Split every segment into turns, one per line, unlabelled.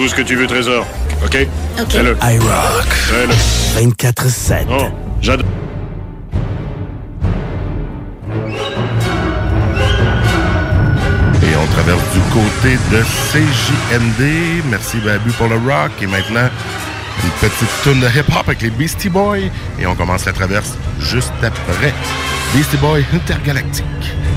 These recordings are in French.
Tout ce que tu veux, Trésor. OK?
OK.
Fais-le.
iRock.
Fais-le.
24/7.
Oh, j'adore.
Et on traverse du côté de CJMD. Merci Babu pour le rock. Et maintenant, une petite toune de hip-hop avec les Beastie Boys. Et on commence la traverse juste après. Beastie Boys Intergalactique.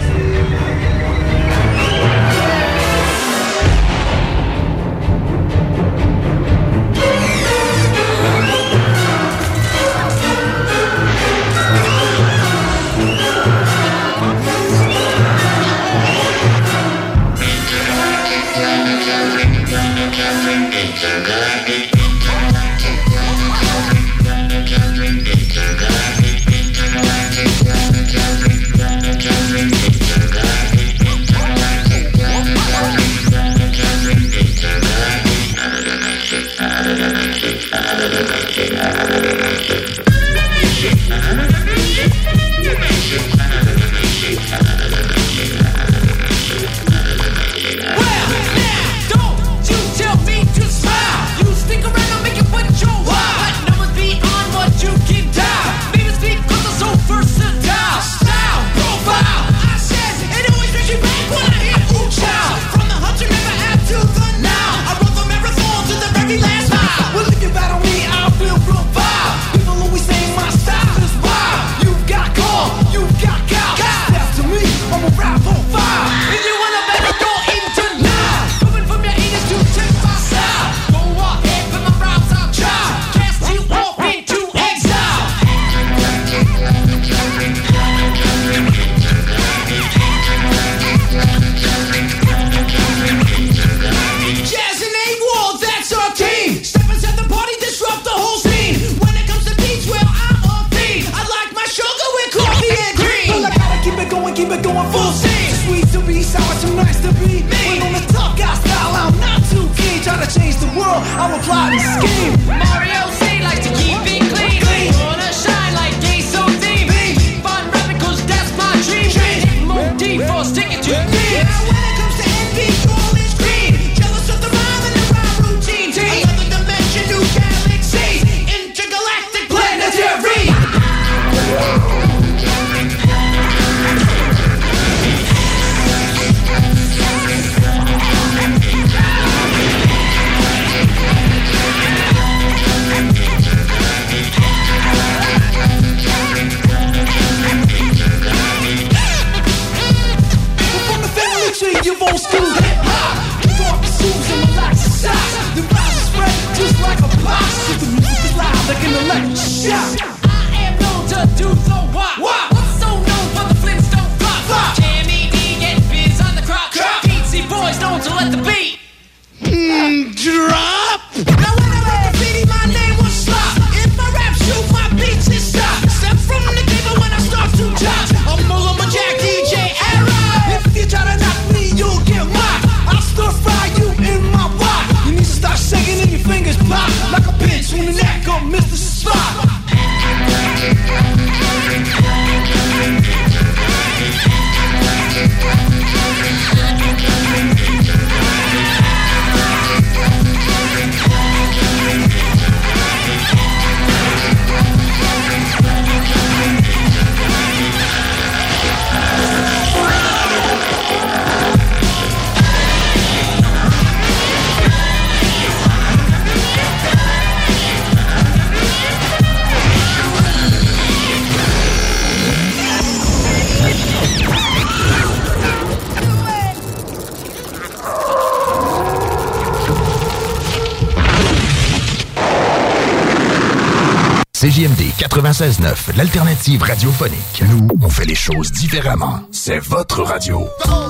CJMD 96.9, l'alternative radiophonique. Nous, on fait les choses différemment. C'est votre radio.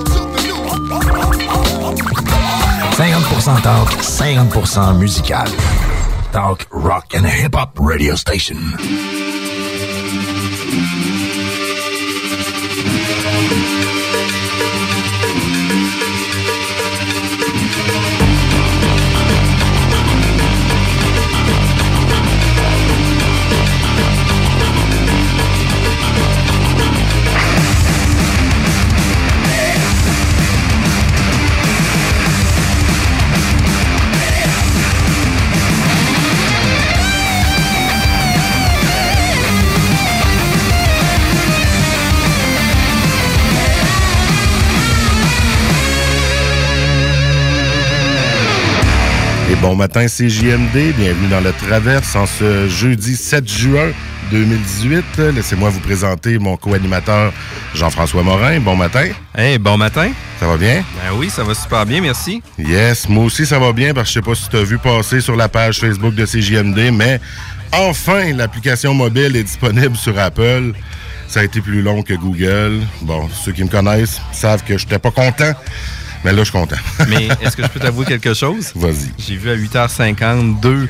50% talk, 50% musical. Talk, rock and hip-hop radio station.
Bon matin, c'est JMD. Bienvenue dans la Traverse en ce jeudi 7 juin 2018. Laissez-moi vous présenter mon co-animateur Jean-François Morin. Bon matin.
Hey, bon matin.
Ça va bien?
Ben oui, ça va super bien, merci.
Yes, moi aussi ça va bien parce que je sais pas si tu as vu passer sur la page Facebook de CJMD, mais enfin, l'application mobile est disponible sur Apple. Ça a été plus long que Google. Bon, ceux qui me connaissent savent que je n'étais pas content. Mais là, je suis content.
Mais est-ce que je peux t'avouer quelque chose?
Vas-y.
J'ai vu à 8h52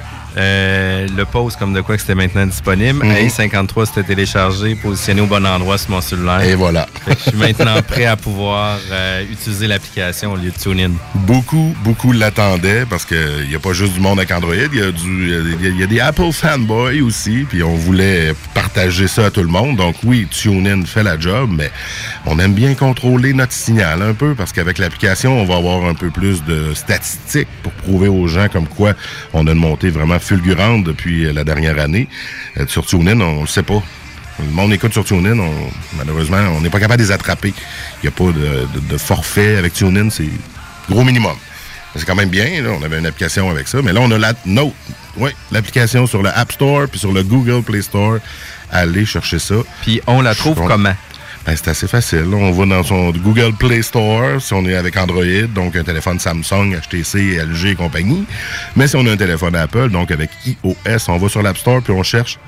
le post comme de quoi que c'était maintenant disponible. À 8h53, c'était téléchargé, positionné au bon endroit sur mon cellulaire.
Et voilà.
Je suis maintenant prêt à pouvoir utiliser l'application au lieu de TuneIn.
Beaucoup l'attendaient parce qu'il n'y a pas juste du monde avec Android. Il y a des Apple fanboys aussi. Puis on voulait partager ça à tout le monde. Donc oui, TuneIn fait la job, mais on aime bien contrôler notre signal un peu parce qu'avec l'application, on va avoir un peu plus de statistiques pour prouver aux gens comme quoi on a une montée vraiment fulgurante depuis la dernière année. Sur TuneIn, on le sait pas. Le monde écoute sur TuneIn, malheureusement, on n'est pas capable de les attraper. Il n'y a pas de forfait avec TuneIn, c'est gros minimum. C'est quand même bien, là, on avait une application avec ça, mais là, on a l'application sur le App Store puis sur le Google Play Store. Allez chercher ça.
Puis on la trouve comment?
Ben, c'est assez facile. On va dans son Google Play Store, si on est avec Android, donc un téléphone Samsung, HTC, LG et compagnie. Mais si on a un téléphone Apple, donc avec iOS, on va sur l'App Store puis on cherche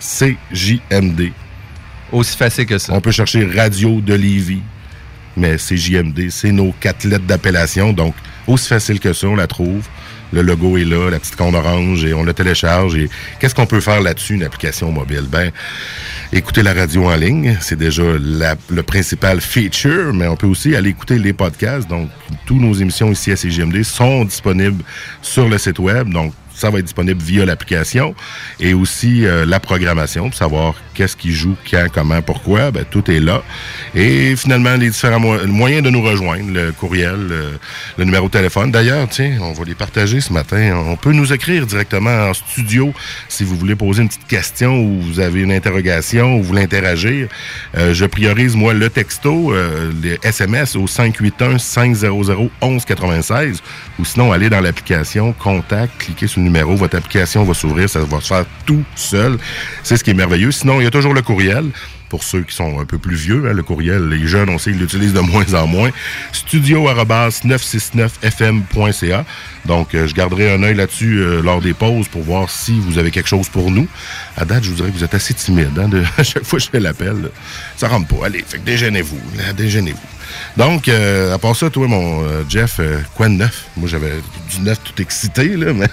CJMD.
Aussi facile que ça.
On peut chercher Radio de Lévis, mais CJMD, c'est nos 4 lettres d'appellation. Donc, aussi facile que ça, on la trouve. Le logo est là, la petite cône orange, et on le télécharge. Et qu'est-ce qu'on peut faire là-dessus, une application mobile? Ben, écouter la radio en ligne, c'est déjà le principal feature, mais on peut aussi aller écouter les podcasts. Donc, toutes nos émissions ici à CJMD sont disponibles sur le site web. Donc, ça va être disponible via l'application et aussi la programmation pour savoir qu'est-ce qui joue, quand, comment, pourquoi. Ben, tout est là. Et finalement, les différents moyens de nous rejoindre, le courriel, le numéro de téléphone. D'ailleurs, tiens, on va les partager ce matin. On peut nous écrire directement en studio si vous voulez poser une petite question ou vous avez une interrogation ou vous voulez interagir. Je priorise, moi, le texto, les SMS au 581-500-1196 ou sinon, allez dans l'application Contact, cliquez sur le numéro, votre application va s'ouvrir, ça va se faire tout seul. C'est ce qui est merveilleux. Sinon, il y a toujours le courriel. Pour ceux qui sont un peu plus vieux, le courriel, les jeunes, on sait, ils l'utilisent de moins en moins. studio@969fm.ca. Donc, je garderai un œil là-dessus lors des pauses pour voir si vous avez quelque chose pour nous. À date, je vous dirais que vous êtes assez timide. À chaque fois que je fais l'appel, ça rentre pas. Allez, fait que déjeunez-vous. Donc, à part ça, toi, mon Jeff, quoi de neuf? Moi, j'avais du neuf tout excité, là, mais...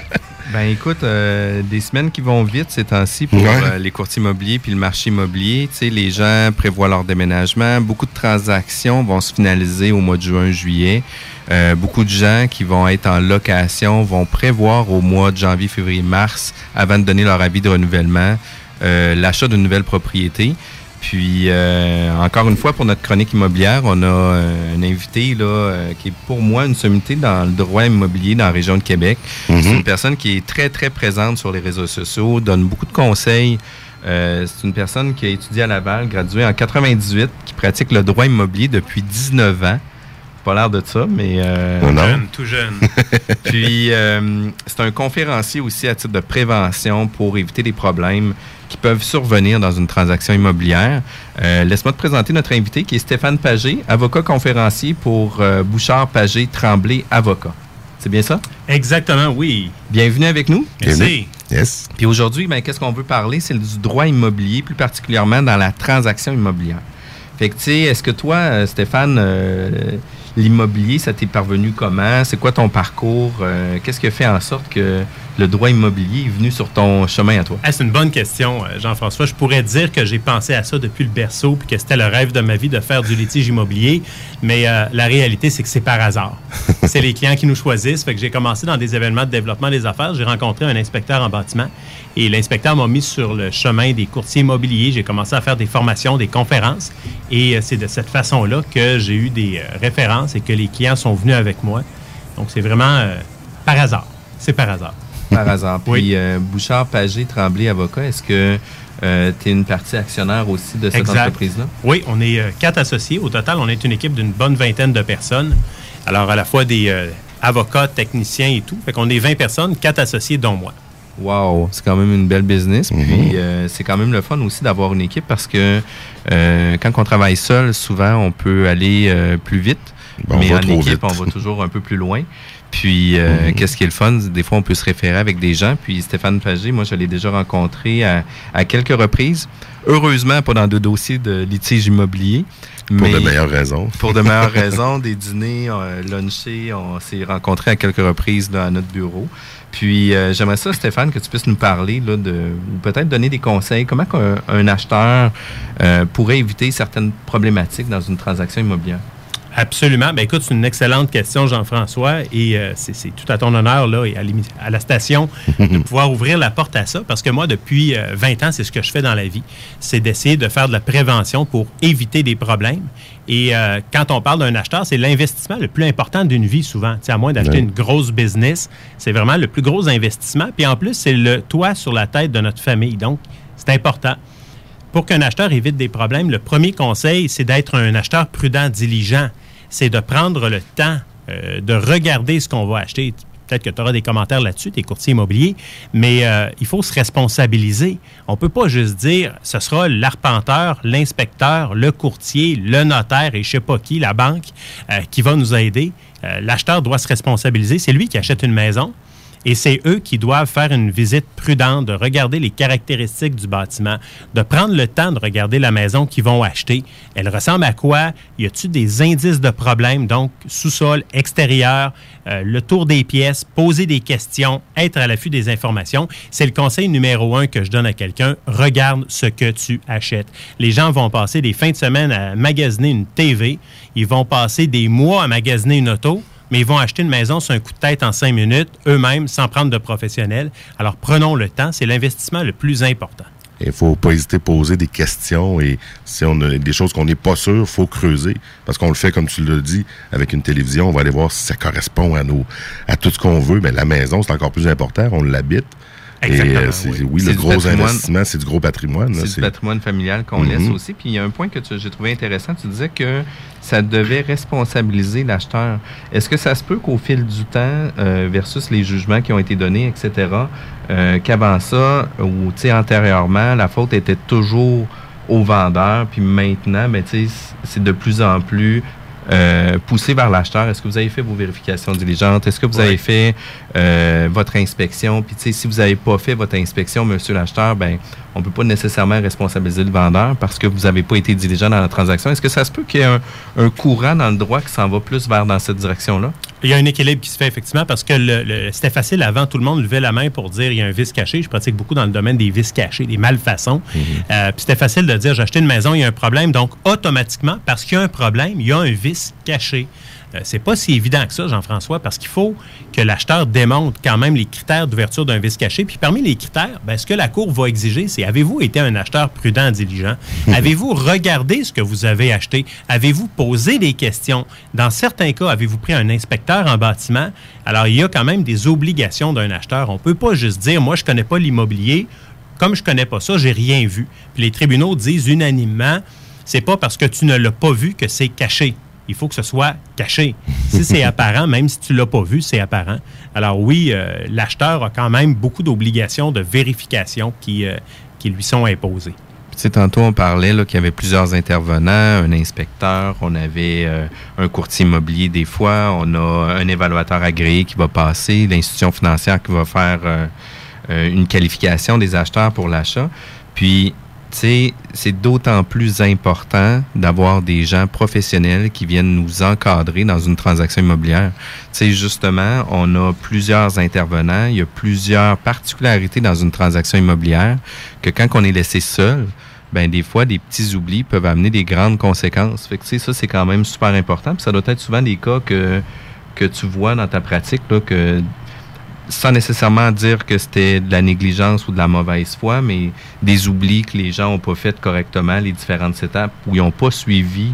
Ben écoute, des semaines qui vont vite ces temps-ci pour les courtiers immobiliers puis le marché immobilier. Tu sais, les gens prévoient leur déménagement. Beaucoup de transactions vont se finaliser au mois de juin, juillet. Beaucoup de gens qui vont être en location vont prévoir au mois de janvier, février, mars, avant de donner leur avis de renouvellement, l'achat d'une nouvelle propriété. Puis, encore une fois, pour notre chronique immobilière, on a un invité là qui est pour moi une sommité dans le droit immobilier dans la région de Québec. C'est une personne qui est très, très présente sur les réseaux sociaux, donne beaucoup de conseils. C'est une personne qui a étudié à Laval, graduée en 98, qui pratique le droit immobilier depuis 19 ans. Pas l'air de ça, mais...
tout jeune.
Puis, c'est un conférencier aussi à titre de prévention pour éviter les problèmes qui peuvent survenir dans une transaction immobilière. Laisse-moi te présenter notre invité qui est Stéphane Pagé, avocat conférencier pour Bouchard, Pagé, Tremblay, avocat. C'est bien ça?
Exactement, oui.
Bienvenue avec nous.
Merci.
Yes.
Puis aujourd'hui, qu'est-ce qu'on veut parler? C'est du droit immobilier, plus particulièrement dans la transaction immobilière. Fait que, tu sais, est-ce que toi, Stéphane, l'immobilier, ça t'est parvenu comment? C'est quoi ton parcours? Qu'est-ce qui a fait en sorte que le droit immobilier est venu sur ton chemin à toi?
C'est une bonne question, Jean-François. Je pourrais dire que j'ai pensé à ça depuis le berceau puis que c'était le rêve de ma vie de faire du litige immobilier. Mais la réalité, c'est que c'est par hasard. C'est les clients qui nous choisissent. Fait que j'ai commencé dans des événements de développement des affaires. J'ai rencontré un inspecteur en bâtiment et l'inspecteur m'a mis sur le chemin des courtiers immobiliers. J'ai commencé à faire des formations, des conférences et c'est de cette façon-là que j'ai eu des références et que les clients sont venus avec moi. Donc, c'est vraiment par hasard. C'est par hasard.
Par hasard. Puis,
Oui.
Bouchard, Pagé, Tremblay, avocat, est-ce que tu es une partie actionnaire aussi de cette entreprise-là?
Oui, on est 4 associés. Au total, on est une équipe d'une bonne vingtaine de personnes. Alors, à la fois des avocats, techniciens et tout. Fait qu'on est 20 personnes, 4 associés, dont moi.
Wow, c'est quand même une belle business. Puis c'est quand même le fun aussi d'avoir une équipe parce que quand on travaille seul, souvent on peut aller plus vite. Mais en équipe, on va toujours un peu plus loin. Puis, qu'est-ce qui est le fun? Des fois, on peut se référer avec des gens. Puis, Stéphane Pagé, moi, je l'ai déjà rencontré à quelques reprises. Heureusement, pas dans de dossiers de litige immobilier.
Pour de meilleures raisons.
Pour de meilleures raisons. Des dîners, lunchés, on s'est rencontrés à quelques reprises là, à notre bureau. Puis, j'aimerais ça, Stéphane, que tu puisses nous parler là, ou peut-être donner des conseils. Comment un acheteur pourrait éviter certaines problématiques dans une transaction immobilière?
Absolument. Ben écoute, c'est une excellente question, Jean-François, et c'est tout à ton honneur là et à la station de pouvoir ouvrir la porte à ça, parce que moi, depuis 20 ans, c'est ce que je fais dans la vie, c'est d'essayer de faire de la prévention pour éviter des problèmes. Et quand on parle d'un acheteur, c'est l'investissement le plus important d'une vie souvent. T'sais, à moins d'acheter une grosse business, c'est vraiment le plus gros investissement. Puis en plus, c'est le toit sur la tête de notre famille. Donc, c'est important. Pour qu'un acheteur évite des problèmes, le premier conseil, c'est d'être un acheteur prudent, diligent. C'est de prendre le temps de regarder ce qu'on va acheter. Peut-être que tu auras des commentaires là-dessus, tes courtiers immobiliers, mais il faut se responsabiliser. On ne peut pas juste dire ce sera l'arpenteur, l'inspecteur, le courtier, le notaire et je ne sais pas qui, la banque, qui va nous aider. L'acheteur doit se responsabiliser. C'est lui qui achète une maison. Et c'est eux qui doivent faire une visite prudente, de regarder les caractéristiques du bâtiment, de prendre le temps de regarder la maison qu'ils vont acheter. Elle ressemble à quoi? Y a-t-il des indices de problème? Donc, sous-sol, extérieur, le tour des pièces, poser des questions, être à l'affût des informations. C'est le conseil numéro 1 que je donne à quelqu'un. Regarde ce que tu achètes. Les gens vont passer des fins de semaine à magasiner une TV. Ils vont passer des mois à magasiner une auto. Mais ils vont acheter une maison sur un coup de tête en 5 minutes, eux-mêmes, sans prendre de professionnels. Alors, prenons le temps. C'est l'investissement le plus important.
Il ne faut pas hésiter à poser des questions. Et si on a des choses qu'on n'est pas sûr, il faut creuser. Parce qu'on le fait, comme tu l'as dit, avec une télévision. On va aller voir si ça correspond à tout ce qu'on veut. Mais la maison, c'est encore plus important. On l'habite.
Exactement,
et oui, le gros investissement, c'est du gros patrimoine.
C'est du patrimoine familial qu'on laisse aussi. Puis il y a un point que j'ai trouvé intéressant. Tu disais que ça devait responsabiliser l'acheteur. Est-ce que ça se peut qu'au fil du temps, versus les jugements qui ont été donnés, etc., qu'avant ça, ou antérieurement, la faute était toujours au vendeur, puis maintenant, ben, c'est de plus en plus poussé vers l'acheteur? Est-ce que vous avez fait vos vérifications diligentes? Est-ce que vous avez fait votre inspection? Puis, si vous n'avez pas fait votre inspection, monsieur l'acheteur, ben, on ne peut pas nécessairement responsabiliser le vendeur parce que vous n'avez pas été diligent dans la transaction. Est-ce que ça se peut qu'il y ait un courant dans le droit qui s'en va plus dans cette direction-là?
Il y a un équilibre qui se fait effectivement parce que c'était facile avant, tout le monde levait la main pour dire il y a un vice caché. Je pratique beaucoup dans le domaine des vices cachés, des malfaçons. Puis c'était facile de dire j'ai acheté une maison, il y a un problème. Donc automatiquement, parce qu'il y a un problème, il y a un vice caché. C'est pas si évident que ça, Jean-François, parce qu'il faut que l'acheteur démontre quand même les critères d'ouverture d'un vice caché. Puis parmi les critères, ce que la Cour va exiger, c'est avez-vous été un acheteur prudent, diligent? Avez-vous regardé ce que vous avez acheté? Avez-vous posé des questions? Dans certains cas, avez-vous pris un inspecteur en bâtiment? Alors, il y a quand même des obligations d'un acheteur. On peut pas juste dire, moi, je connais pas l'immobilier. Comme je connais pas ça, j'ai rien vu. Puis les tribunaux disent unanimement, c'est pas parce que tu ne l'as pas vu que c'est caché. Il faut que ce soit caché. Si c'est apparent, même si tu ne l'as pas vu, c'est apparent. Alors oui, l'acheteur a quand même beaucoup d'obligations de vérification qui lui sont imposées.
Puis, tantôt, on parlait qu'il y avait plusieurs intervenants, un inspecteur, on avait un courtier immobilier des fois, on a un évaluateur agréé qui va passer, l'institution financière qui va faire une qualification des acheteurs pour l'achat. Puis, c'est d'autant plus important d'avoir des gens professionnels qui viennent nous encadrer dans une transaction immobilière. Justement, on a plusieurs intervenants, il y a plusieurs particularités dans une transaction immobilière que quand on est laissé seul, ben des fois, des petits oublis peuvent amener des grandes conséquences. Fait que, ça, c'est quand même super important. Puis ça doit être souvent des cas que tu vois dans ta pratique, là, que sans nécessairement dire que c'était de la négligence ou de la mauvaise foi, mais des oublis que les gens n'ont pas fait correctement, les différentes étapes, où ils n'ont pas suivi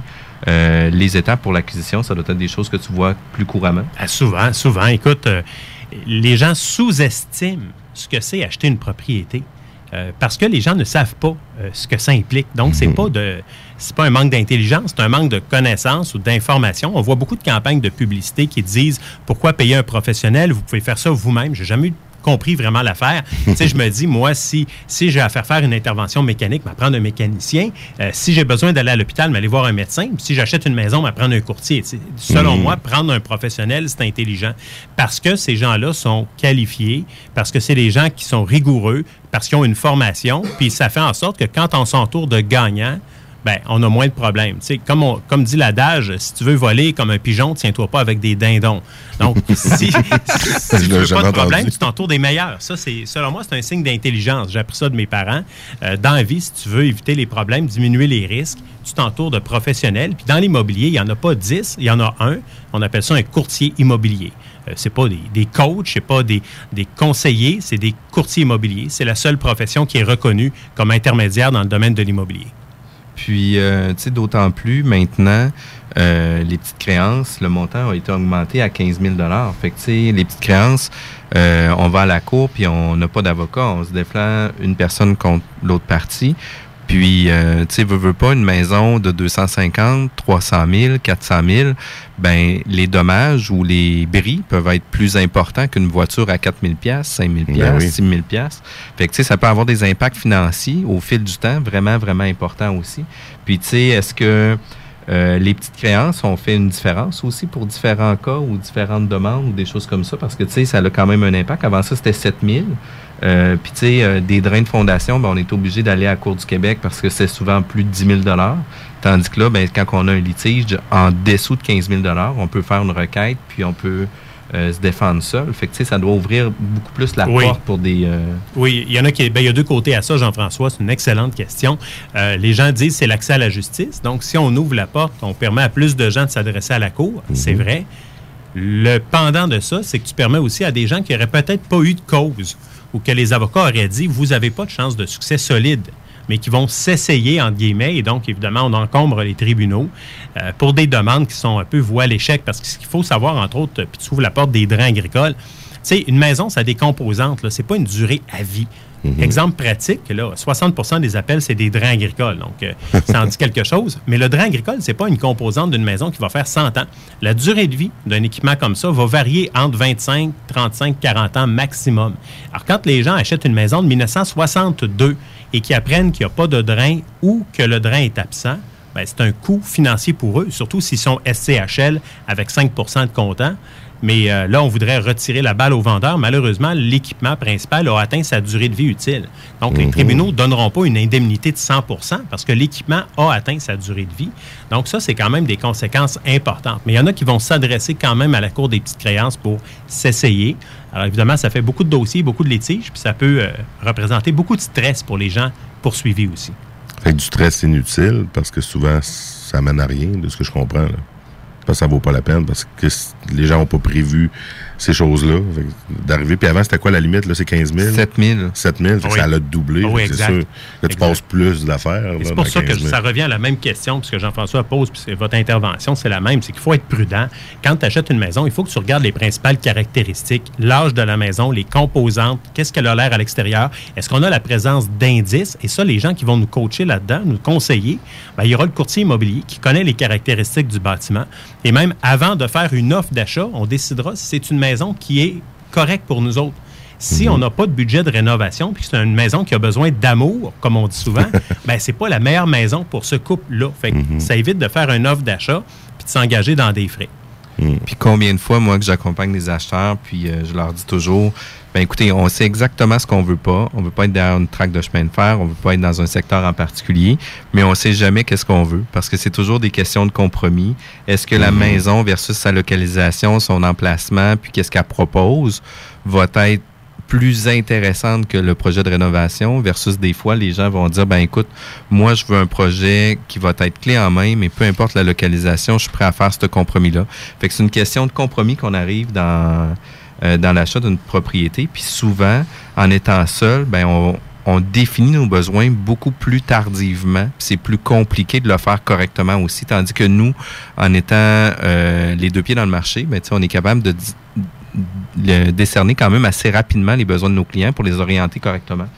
les étapes pour l'acquisition. Ça doit être des choses que tu vois plus couramment.
Souvent. Écoute, les gens sous-estiment ce que c'est acheter une propriété. parce que les gens ne savent pas ce que ça implique. Donc, c'est pas un manque d'intelligence, c'est un manque de connaissances ou d'informations. On voit beaucoup de campagnes de publicité qui disent « Pourquoi payer un professionnel? Vous pouvez faire ça vous-même. » J'ai jamais compris vraiment l'affaire. Tu sais, je me dis, moi, si j'ai à faire une intervention mécanique, m'apprendre un mécanicien. Si j'ai besoin d'aller à l'hôpital, m'aller voir un médecin. Si j'achète une maison, m'apprendre un courtier. Tu sais, selon moi, prendre un professionnel, c'est intelligent. Parce que ces gens-là sont qualifiés, parce que c'est des gens qui sont rigoureux, parce qu'ils ont une formation, puis ça fait en sorte que quand on s'entoure de gagnants, ben, on a moins de problèmes. Tu sais, comme dit l'adage, si tu veux voler comme un pigeon, tiens-toi pas avec des dindons. Donc, si tu veux pas de problème, tu t'entoures des meilleurs. Ça, selon moi, c'est un signe d'intelligence. J'ai appris ça de mes parents. Dans la vie, si tu veux éviter les problèmes, diminuer les risques, tu t'entoures de professionnels. Puis dans l'immobilier, il n'y en a pas 10, il y en a un. On appelle ça un courtier immobilier. C'est pas des coachs, c'est pas des conseillers, c'est des courtiers immobiliers. C'est la seule profession qui est reconnue comme intermédiaire dans le domaine de l'immobilier.
Puis, tu sais, d'autant plus, maintenant, les petites créances, le montant a été augmenté à 15 000 $. Fait que, tu sais, les petites créances, on va à la cour, puis on n'a pas d'avocat. On se défend une personne contre l'autre partie. Puis, tu sais, veut pas, une maison de 250, 300 000, 400 000, ben les dommages ou les bris peuvent être plus importants qu'une voiture à 4 000 $, 5 000 $, 6 000 $. Fait que, tu sais, ça peut avoir des impacts financiers au fil du temps, vraiment, vraiment importants aussi. Puis, tu sais, est-ce que les petites créances ont fait une différence aussi pour différents cas ou différentes demandes ou des choses comme ça? Parce que, tu sais, ça a quand même un impact. Avant ça, c'était 7 000. Puis, tu sais, des drains de fondation, ben, on est obligé d'aller à la Cour du Québec parce que c'est souvent plus de 10 000 $. Tandis que là, ben, quand on a un litige en dessous de 15 000 $, on peut faire une requête, puis on peut se défendre seul. Fait que, tu sais, ça doit ouvrir beaucoup plus la porte pour des...
Oui, il y en a il y a deux côtés à ça, Jean-François. C'est une excellente question. Les gens disent c'est l'accès à la justice. Donc, si on ouvre la porte, on permet à plus de gens de s'adresser à la Cour. C'est vrai. Le pendant de ça, c'est que tu permets aussi à des gens qui n'auraient peut-être pas eu de cause ou que les avocats auraient dit, vous n'avez pas de chance de succès solide, mais qui vont s'essayer, entre guillemets, et donc, évidemment, on encombre les tribunaux pour des demandes qui sont un peu vouées à l'échec, parce que ce qu'il faut savoir, entre autres, puis tu ouvres la porte des drains agricoles, tu sais, une maison, ça a des composantes, là, c'est pas une durée à vie. Exemple pratique, là, 60% des appels, c'est des drains agricoles. Donc, ça en dit quelque chose. Mais le drain agricole, c'est pas une composante d'une maison qui va faire 100 ans. La durée de vie d'un équipement comme ça va varier entre 25, 35, 40 ans maximum. Alors, quand les gens achètent une maison de 1962 et qu'ils apprennent qu'il n'y a pas de drain ou que le drain est absent, bien, c'est un coût financier pour eux, surtout s'ils sont SCHL avec 5 % de comptant. Mais là, on voudrait retirer la balle au vendeur. Malheureusement, l'équipement principal a atteint sa durée de vie utile. Donc, les tribunaux ne donneront pas une indemnité de 100 % parce que l'équipement a atteint sa durée de vie. Donc, ça, c'est quand même des conséquences importantes. Mais il y en a qui vont s'adresser quand même à la Cour des petites créances pour s'essayer. Alors, évidemment, ça fait beaucoup de dossiers, beaucoup de litiges, puis ça peut représenter beaucoup de stress pour les gens poursuivis aussi.
Fait que du stress inutile parce que souvent, ça mène à rien, de ce que je comprends, là. Parce que ça vaut pas la peine, parce que les gens n'ont pas prévu ces choses-là. D'arriver. Puis avant, c'était quoi la limite? Là, c'est 15 000?
7 000.
7 000, ça l'a doublé.
Oui,
c'est sûr que tu passes plus d'affaires.
C'est pour ça que ça revient à la même question, puisque Jean-François pose, puis votre intervention, c'est la même. C'est qu'il faut être prudent. Quand tu achètes une maison, il faut que tu regardes les principales caractéristiques, l'âge de la maison, les composantes, qu'est-ce qu'elle a l'air à l'extérieur, est-ce qu'on a la présence d'indices? Et ça, les gens qui vont nous coacher là-dedans, nous conseiller, bien, il y aura le courtier immobilier qui connaît les caractéristiques du bâtiment. Et même avant de faire une offre d'achat, on décidera si c'est une maison qui est correcte pour nous autres. Si on n'a pas de budget de rénovation, puis c'est une maison qui a besoin d'amour, comme on dit souvent, ben c'est pas la meilleure maison pour ce couple-là. Fait que ça évite de faire une offre d'achat puis de s'engager dans des frais.
Puis combien de fois, moi, que j'accompagne des acheteurs, puis je leur dis toujours, ben écoutez, on sait exactement ce qu'on veut pas. On veut pas être derrière une traque de chemin de fer, on veut pas être dans un secteur en particulier, mais on sait jamais qu'est-ce qu'on veut, parce que c'est toujours des questions de compromis. Est-ce que la maison versus sa localisation, son emplacement, puis qu'est-ce qu'elle propose, va être plus intéressante que le projet de rénovation versus des fois, les gens vont dire, ben écoute, moi, je veux un projet qui va être clé en main, mais peu importe la localisation, je suis prêt à faire ce compromis-là. Fait que c'est une question de compromis qu'on arrive dans l'achat d'une propriété. Puis souvent, en étant seul, ben on définit nos besoins beaucoup plus tardivement. C'est plus compliqué de le faire correctement aussi. Tandis que nous, en étant les deux pieds dans le marché, ben, on est capable de décerner quand même assez rapidement les besoins de nos clients pour les orienter correctement.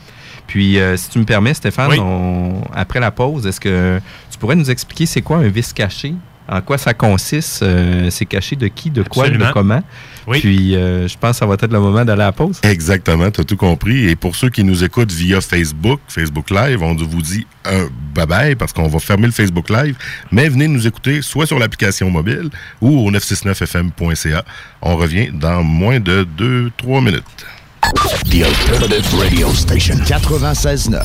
Puis, si tu me permets, Stéphane, après la pause, est-ce que tu pourrais nous expliquer c'est quoi un vice caché? En quoi ça consiste? C'est caché de qui, de quoi, de comment? Oui. Puis, je pense que ça va être le moment d'aller à la pause.
Exactement, tu as tout compris. Et pour ceux qui nous écoutent via Facebook Live, on vous dit bye-bye parce qu'on va fermer le Facebook Live. Mais venez nous écouter soit sur l'application mobile ou au 969fm.ca. On revient dans moins de 2-3 minutes.
The Alternative Radio Station 96.9.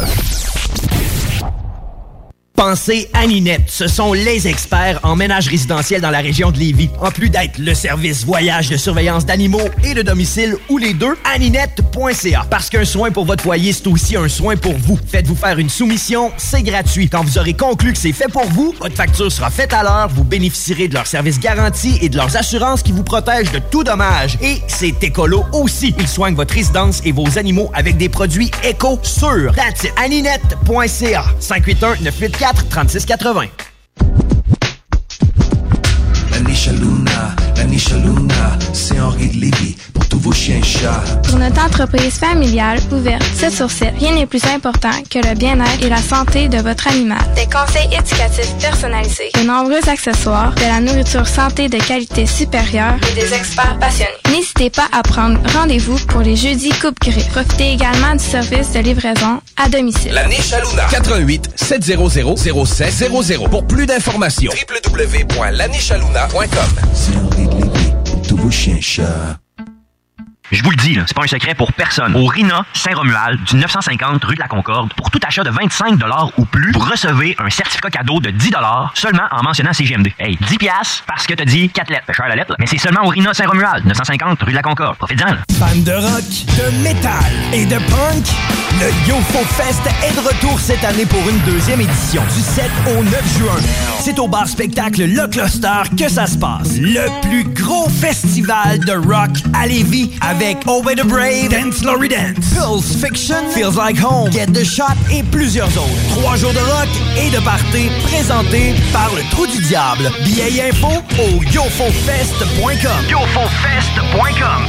Pensez Aninette, ce sont les experts en ménage résidentiel dans la région de Lévis. En plus d'être le service voyage de surveillance d'animaux et de domicile ou les deux, aninette.ca. Parce qu'un soin pour votre foyer, c'est aussi un soin pour vous. Faites-vous faire une soumission, c'est gratuit. Quand vous aurez conclu que c'est fait pour vous, votre facture sera faite à l'heure, vous bénéficierez de leur service garanti et de leurs assurances qui vous protègent de tout dommage. Et c'est écolo aussi. Ils soignent votre résidence et vos animaux avec des produits éco sûrs. That's it. Aninette.ca. 581-984-3680.
La Niche Luna, c'est Henri de Lévis pour tous vos chiens et chats.
Pour notre entreprise familiale ouverte 7 sur 7, rien n'est plus important que le bien-être et la santé de votre animal. Des conseils éducatifs personnalisés, de nombreux accessoires, de la nourriture santé de qualité supérieure et des experts passionnés. N'hésitez pas à prendre rendez-vous pour les jeudis coupe-griffe. Profitez également du service de livraison à domicile.
La Niche Luna, 88 700 0700. Pour plus d'informations, www.lanichaluna.com. C'est Henri de Lévis pour tous vos chiens et chats.
Je vous le dis, là, c'est pas un secret pour personne. Au RINA Saint-Romuald, du 950 rue de la Concorde, pour tout achat de 25 $ ou plus, vous recevez un certificat cadeau de 10 $ seulement en mentionnant CGMD. Hey, 10 $ parce que t'as dit 4 lettres. Fait cher la lettre, là. Mais c'est seulement au RINA Saint-Romuald, 950 rue de la Concorde. Profitez-en, là.
Fan de rock, de métal et de punk, le YoFo Fest est de retour cette année pour une deuxième édition du 7 au 9 juin. C'est au bar spectacle Le Cluster que ça se passe. Le plus gros festival de rock à Lévis avec Obey the Brave, Dance Laurie Dance, Pulse Fiction, Feels Like Home, Get the Shot et plusieurs autres. 3 jours de rock et de party présentés par le Trou du Diable. Billets et infos au yofofest.com.
yofofest.com.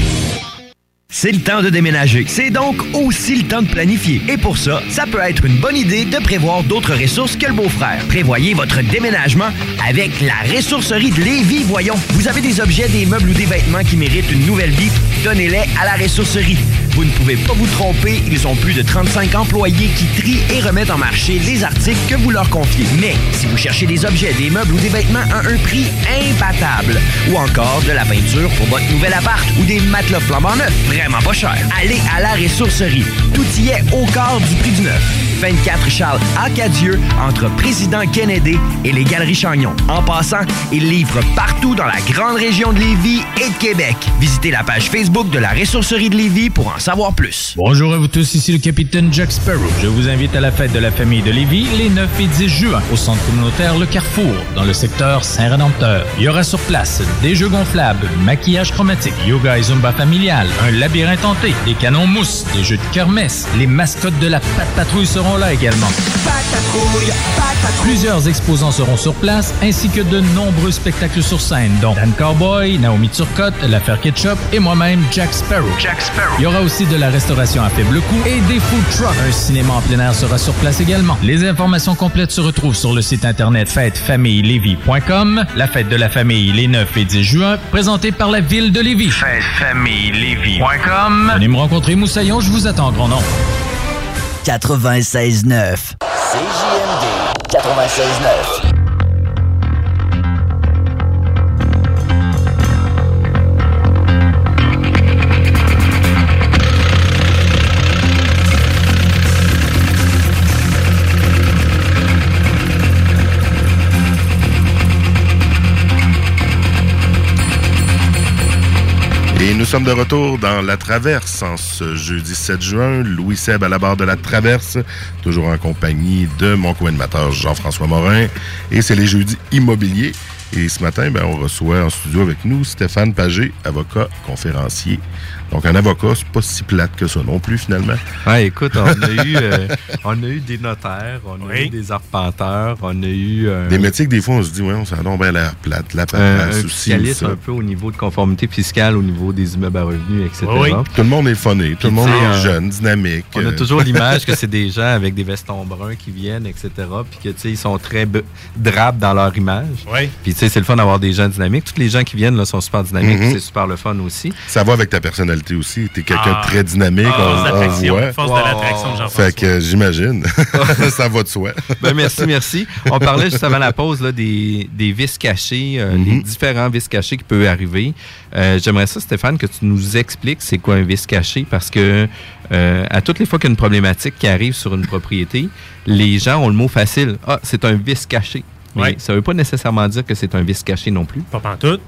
C'est le temps de déménager. C'est donc aussi le temps de planifier. Et pour ça, ça peut être une bonne idée de prévoir d'autres ressources que le beau-frère. Prévoyez votre déménagement avec la ressourcerie de Lévis, voyons. Vous avez des objets, des meubles ou des vêtements qui méritent une nouvelle vie? Donnez-les à la ressourcerie. Vous ne pouvez pas vous tromper, ils ont plus de 35 employés qui trient et remettent en marché les articles que vous leur confiez. Mais si vous cherchez des objets, des meubles ou des vêtements à un prix imbattable, ou encore de la peinture pour votre nouvel appart ou des matelas flambant neufs, vraiment pas cher, allez à la ressourcerie. Tout y est au quart du prix du neuf. 24 Charles Acadieux, entre Président Kennedy et les Galeries Chagnon. En passant, ils livrent partout dans la grande région de Lévis et de Québec. Visitez la page Facebook de la ressourcerie de Lévis pour en savoir plus.
Bonjour à vous tous, ici le capitaine Jack Sparrow. Je vous invite à la fête de la famille de Lévis les 9 et 10 juin au centre communautaire Le Carrefour, dans le secteur Saint-Rédempteur. Il y aura sur place des jeux gonflables, maquillage chromatique, yoga et zumba familial, un labyrinthe hanté, des canons mousse, des jeux de kermesse. Les mascottes de la Pat' Patrouille seront là également. Plusieurs exposants seront sur place, ainsi que de nombreux spectacles sur scène, dont Dan Cowboy, Naomi Turcotte, l'affaire Ketchup et moi-même, Jack Sparrow. Il y aura aussi de la restauration à faible coût et des food trucks. Un cinéma en plein air sera sur place également. Les informations complètes se retrouvent sur le site internet fêtefamillelévis.com. La fête de la famille les 9 et 10 juin, présentée par la ville de Lévis.
fêtefamillelévis.com.
Venez me rencontrer, Moussaillon, je vous attends en grand nombre.
96.9. CJMD 96.9.
Et nous sommes de retour dans La Traverse en ce jeudi 7 juin. Louis Seb à la barre de La Traverse, toujours en compagnie de mon co-animateur Jean-François Morin. Et c'est les jeudis immobiliers. Et ce matin, on reçoit en studio avec nous Stéphane Pagé, avocat conférencier. Donc, un avocat, c'est pas si plate que ça non plus, finalement.
Ouais, écoute, on a eu des notaires, on a eu des arpenteurs, on a eu...
des métiers que des fois, on se dit, ça a donc bien l'air plate. La paperasse aussi.
Fiscaliste un peu au niveau de conformité fiscale, au niveau des immeubles à revenus, etc.
Oui. Tout le monde est funné, tout le monde est jeune, dynamique.
On a toujours l'image que c'est des gens avec des vestons bruns qui viennent, etc. Puis que, tu sais, ils sont très drapes dans leur image.
Oui.
Puis, tu sais, c'est le fun d'avoir des gens dynamiques. Tous les gens qui viennent là, sont super dynamiques. C'est super le fun aussi.
Ça va avec ta personnalité aussi. T'es quelqu'un de très dynamique.
Force de l'attraction de Jean-François.
Fait que j'imagine. Ça va de soi.
Merci. On parlait juste avant la pause là, des vices cachés, les différents vices cachés qui peuvent arriver. J'aimerais ça, Stéphane, que tu nous expliques c'est quoi un vice caché parce que à toutes les fois qu'il y a une problématique qui arrive sur une propriété, les gens ont le mot facile. Ah, c'est un vice caché. Mais ça ne veut pas nécessairement dire que c'est un vice caché non plus.
Pas pantoute.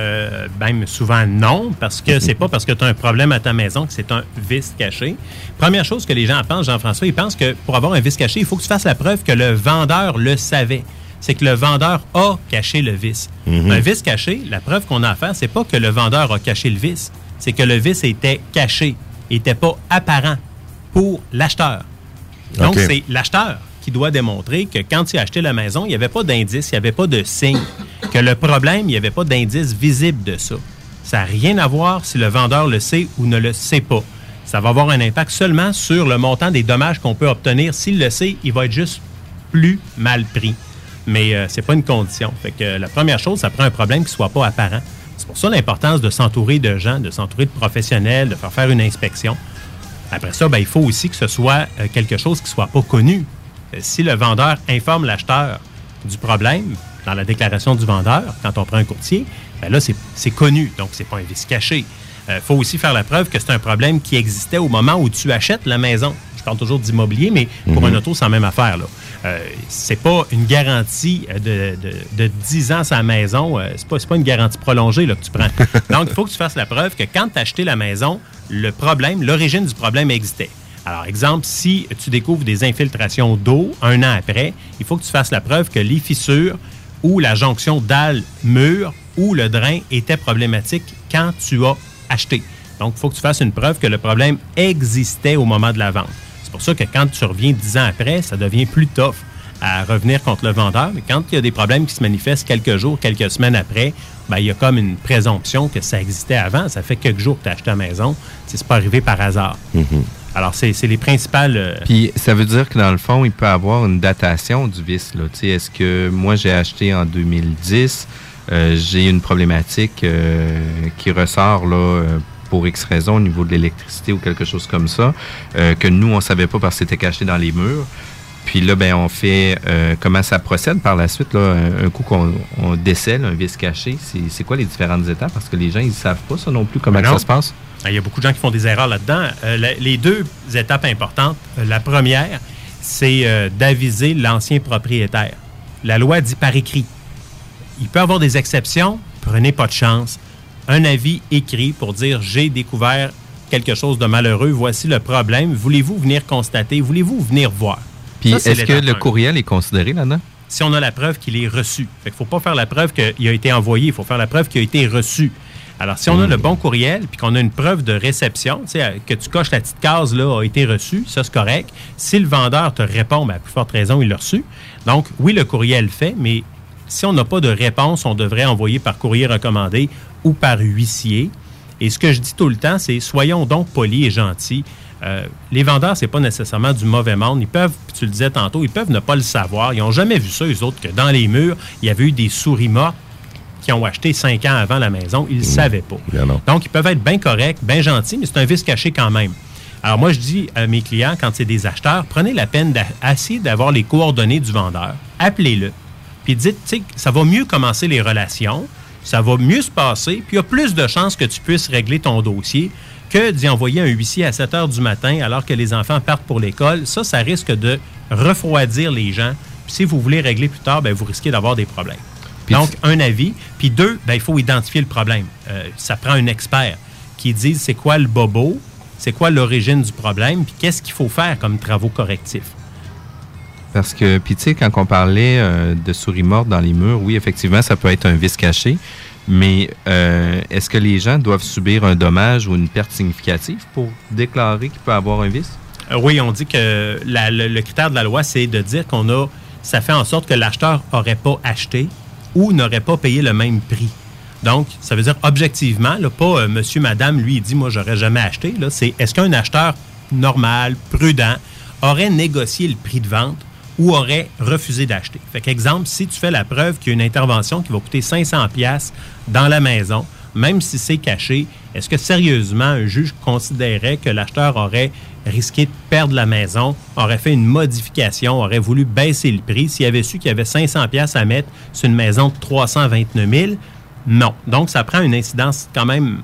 Même souvent non, parce que c'est pas parce que tu as un problème à ta maison que c'est un vice caché. Première chose que les gens pensent, Jean-François, ils pensent que pour avoir un vice caché, il faut que tu fasses la preuve que le vendeur le savait. C'est que le vendeur a caché le vice. Un vice caché, la preuve qu'on a à faire, c'est pas que le vendeur a caché le vice, c'est que le vice était caché, n'était pas apparent pour l'acheteur. Donc, c'est l'acheteur qui doit démontrer que quand tu as acheté la maison, il n'y avait pas d'indice, il n'y avait pas de signe. Que le problème, il n'y avait pas d'indice visible de ça. Ça n'a rien à voir si le vendeur le sait ou ne le sait pas. Ça va avoir un impact seulement sur le montant des dommages qu'on peut obtenir. S'il le sait, il va être juste plus mal pris. Mais c'est pas une condition. Fait que la première chose, ça prend un problème qui ne soit pas apparent. C'est pour ça l'importance de s'entourer de gens, de s'entourer de professionnels, de faire une inspection. Après ça, il faut aussi que ce soit quelque chose qui ne soit pas connu. Si le vendeur informe l'acheteur du problème dans la déclaration du vendeur, quand on prend un courtier, là, c'est connu. Donc, c'est pas un vice caché. Il faut aussi faire la preuve que c'est un problème qui existait au moment où tu achètes la maison. Je parle toujours d'immobilier, mais pour un auto, c'est la même affaire. C'est pas une garantie de 10 ans sur la maison. C'est pas une garantie prolongée là, que tu prends. Donc, il faut que tu fasses la preuve que quand tu as acheté la maison, l'origine du problème existait. Alors, exemple, si tu découvres des infiltrations d'eau 1 an après, il faut que tu fasses la preuve que les fissures ou la jonction dalle-mur ou le drain étaient problématiques quand tu as acheté. Donc, il faut que tu fasses une preuve que le problème existait au moment de la vente. C'est pour ça que quand tu reviens 10 ans après, ça devient plus tough à revenir contre le vendeur. Mais quand il y a des problèmes qui se manifestent quelques jours, quelques semaines après, il y a comme une présomption que ça existait avant. Ça fait quelques jours que tu as acheté la maison. C'est pas arrivé par hasard. Alors, c'est les principales...
Puis, ça veut dire que dans le fond, il peut y avoir une datation du vice. Là. Est-ce que moi, j'ai acheté en 2010, j'ai une problématique qui ressort là, pour X raison au niveau de l'électricité ou quelque chose comme ça, que nous, on ne savait pas parce que c'était caché dans les murs. Puis là, on fait comment ça procède par la suite. Là, un coup qu'on décèle un vice caché, c'est quoi les différentes étapes? Parce que les gens, ils ne savent pas ça non plus, comment ça se passe.
Il y a beaucoup de gens qui font des erreurs là-dedans. Les deux étapes importantes, la première, c'est d'aviser l'ancien propriétaire. La loi dit par écrit. Il peut y avoir des exceptions, prenez pas de chance. Un avis écrit pour dire « J'ai découvert quelque chose de malheureux, voici le problème, voulez-vous venir constater, voulez-vous venir voir? »
Puis, est-ce que le courriel est considéré là-dedans?
Si on a la preuve qu'il est reçu. Fait qu'il ne faut pas faire la preuve qu'il a été envoyé, il faut faire la preuve qu'il a été reçu. Alors, si on a le bon courriel puis qu'on a une preuve de réception, que tu coches la petite case, là, a été reçu, ça, c'est correct. Si le vendeur te répond, à plus forte raison, il l'a reçu. Donc, oui, le courriel fait, mais si on n'a pas de réponse, on devrait envoyer par courrier recommandé ou par huissier. Et ce que je dis tout le temps, c'est soyons donc polis et gentils. Les vendeurs, c'est pas nécessairement du mauvais monde. Ils peuvent, tu le disais tantôt, ils peuvent ne pas le savoir. Ils n'ont jamais vu ça, eux autres, que dans les murs, il y avait eu des souris mortes qui ont acheté 5 ans avant la maison. Ils ne le savaient pas. Donc, ils peuvent être bien corrects, bien gentils, mais c'est un vice caché quand même. Alors, moi, je dis à mes clients, quand c'est des acheteurs, prenez la peine d'essayer d'avoir les coordonnées du vendeur. Appelez-le. Puis dites, tu sais, ça va mieux commencer les relations, ça va mieux se passer, puis il y a plus de chances que tu puisses régler ton dossier que d'y envoyer un huissier à 7 heures du matin alors que les enfants partent pour l'école. Ça risque de refroidir les gens. Puis si vous voulez régler plus tard, vous risquez d'avoir des problèmes. Puis donc, un avis. Puis 2, il faut identifier le problème. Ça prend un expert qui dise c'est quoi le bobo, c'est quoi l'origine du problème, puis qu'est-ce qu'il faut faire comme travaux correctifs.
Parce que, puis tu sais, quand on parlait de souris mortes dans les murs, oui, effectivement, ça peut être un vice caché. Mais est-ce que les gens doivent subir un dommage ou une perte significative pour déclarer qu'il peut avoir un vice?
Oui, on dit que le critère de la loi, c'est de dire ça fait en sorte que l'acheteur n'aurait pas acheté ou n'aurait pas payé le même prix. Donc, ça veut dire objectivement, là, pas monsieur, madame, lui, il dit, moi, j'aurais jamais acheté. Là, c'est est-ce qu'un acheteur normal, prudent, aurait négocié le prix de vente ou aurait refusé d'acheter. Fait qu'exemple, si tu fais la preuve qu'il y a une intervention qui va coûter 500$ dans la maison, même si c'est caché, est-ce que sérieusement un juge considérait que l'acheteur aurait risqué de perdre la maison, aurait fait une modification, aurait voulu baisser le prix s'il avait su qu'il y avait 500$ à mettre sur une maison de 329 000? Non. Donc, ça prend une incidence quand même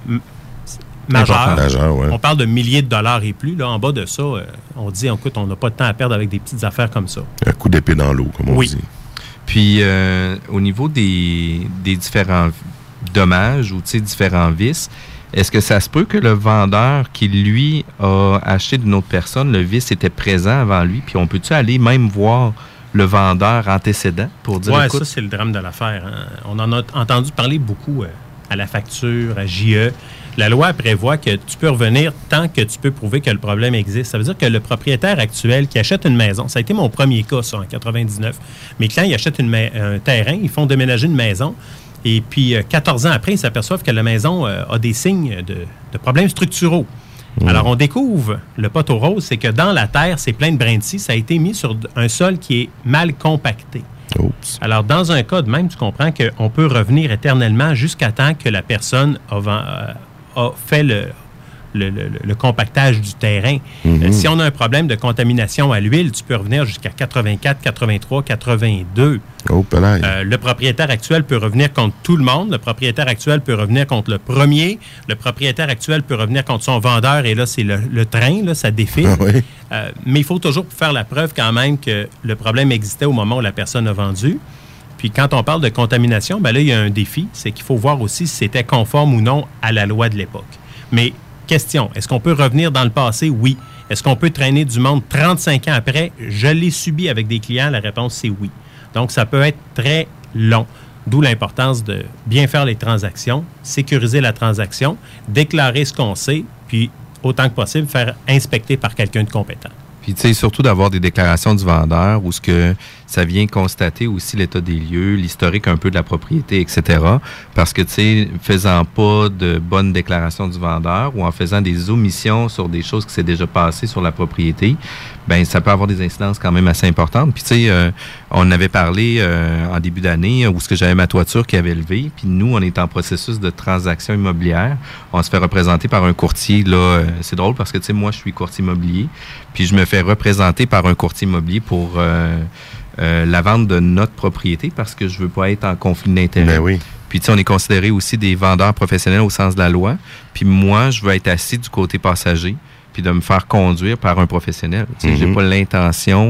majeure.
Ouais.
On parle de milliers de dollars et plus. Là, en bas de ça, on dit, écoute, on n'a pas de temps à perdre avec des petites affaires comme ça.
Un coup d'épée dans l'eau, comme on dit.
Puis, au niveau des différents dommages ou différents vices, est-ce que ça se peut que le vendeur qui, lui, a acheté d'une autre personne, le vice était présent avant lui, puis on peut-tu aller même voir le vendeur antécédent pour dire, écoute...
ça, c'est le drame de l'affaire. Hein? On en a entendu parler beaucoup à la facture, à JE. La loi prévoit que tu peux revenir tant que tu peux prouver que le problème existe. Ça veut dire que le propriétaire actuel qui achète une maison, ça a été mon premier cas, ça, en 99. Mes clients, ils achètent un terrain, ils font déménager une maison, et puis 14 ans après, ils s'aperçoivent que la maison a des signes de problèmes structuraux. Alors, on découvre, le poteau rose, c'est que dans la terre, c'est plein de brins de scie, ça a été mis sur un sol qui est mal compacté.
Oups.
Alors, dans un cas de même, tu comprends qu'on peut revenir éternellement jusqu'à temps que la personne a fait le compactage du terrain. Si on a un problème de contamination à l'huile, tu peux revenir jusqu'à 84, 83, 82. Le propriétaire actuel peut revenir contre tout le monde. Le propriétaire actuel peut revenir contre le premier. Le propriétaire actuel peut revenir contre son vendeur. Et là, c'est le train, là, ça défile. Mais il faut toujours faire la preuve quand même que le problème existait au moment où la personne a vendu. Puis quand on parle de contamination, ben là, il y a un défi. C'est qu'il faut voir aussi si c'était conforme ou non à la loi de l'époque. Mais question, est-ce qu'on peut revenir dans le passé? Oui. Est-ce qu'on peut traîner du monde 35 ans après? Je l'ai subi avec des clients. La réponse, c'est oui. Donc, ça peut être très long. D'où l'importance de bien faire les transactions, sécuriser la transaction, déclarer ce qu'on sait, puis autant que possible, faire inspecter par quelqu'un de compétent.
Puis, tu sais, surtout d'avoir des déclarations du vendeur où ce que ça vient constater aussi l'état des lieux, l'historique un peu de la propriété, etc. Parce que, tu sais, faisant pas de bonnes déclarations du vendeur ou en faisant des omissions sur des choses qui s'est déjà passées sur la propriété, ben ça peut avoir des incidences quand même assez importantes. Puis, tu sais, on avait parlé en début d'année où ce que j'avais ma toiture qui avait levé, puis nous, on est en processus de transaction immobilière. On se fait représenter par un courtier, là, c'est drôle parce que, tu sais, moi, je suis courtier immobilier, puis je me fais représenter par un courtier immobilier pour la vente de notre propriété parce que je veux pas être en conflit d'intérêts.
Ben oui.
Puis, tu sais, on est considéré aussi des vendeurs professionnels au sens de la loi. Puis moi, je veux être assis du côté passager puis de me faire conduire par un professionnel. Tu sais, j'ai pas l'intention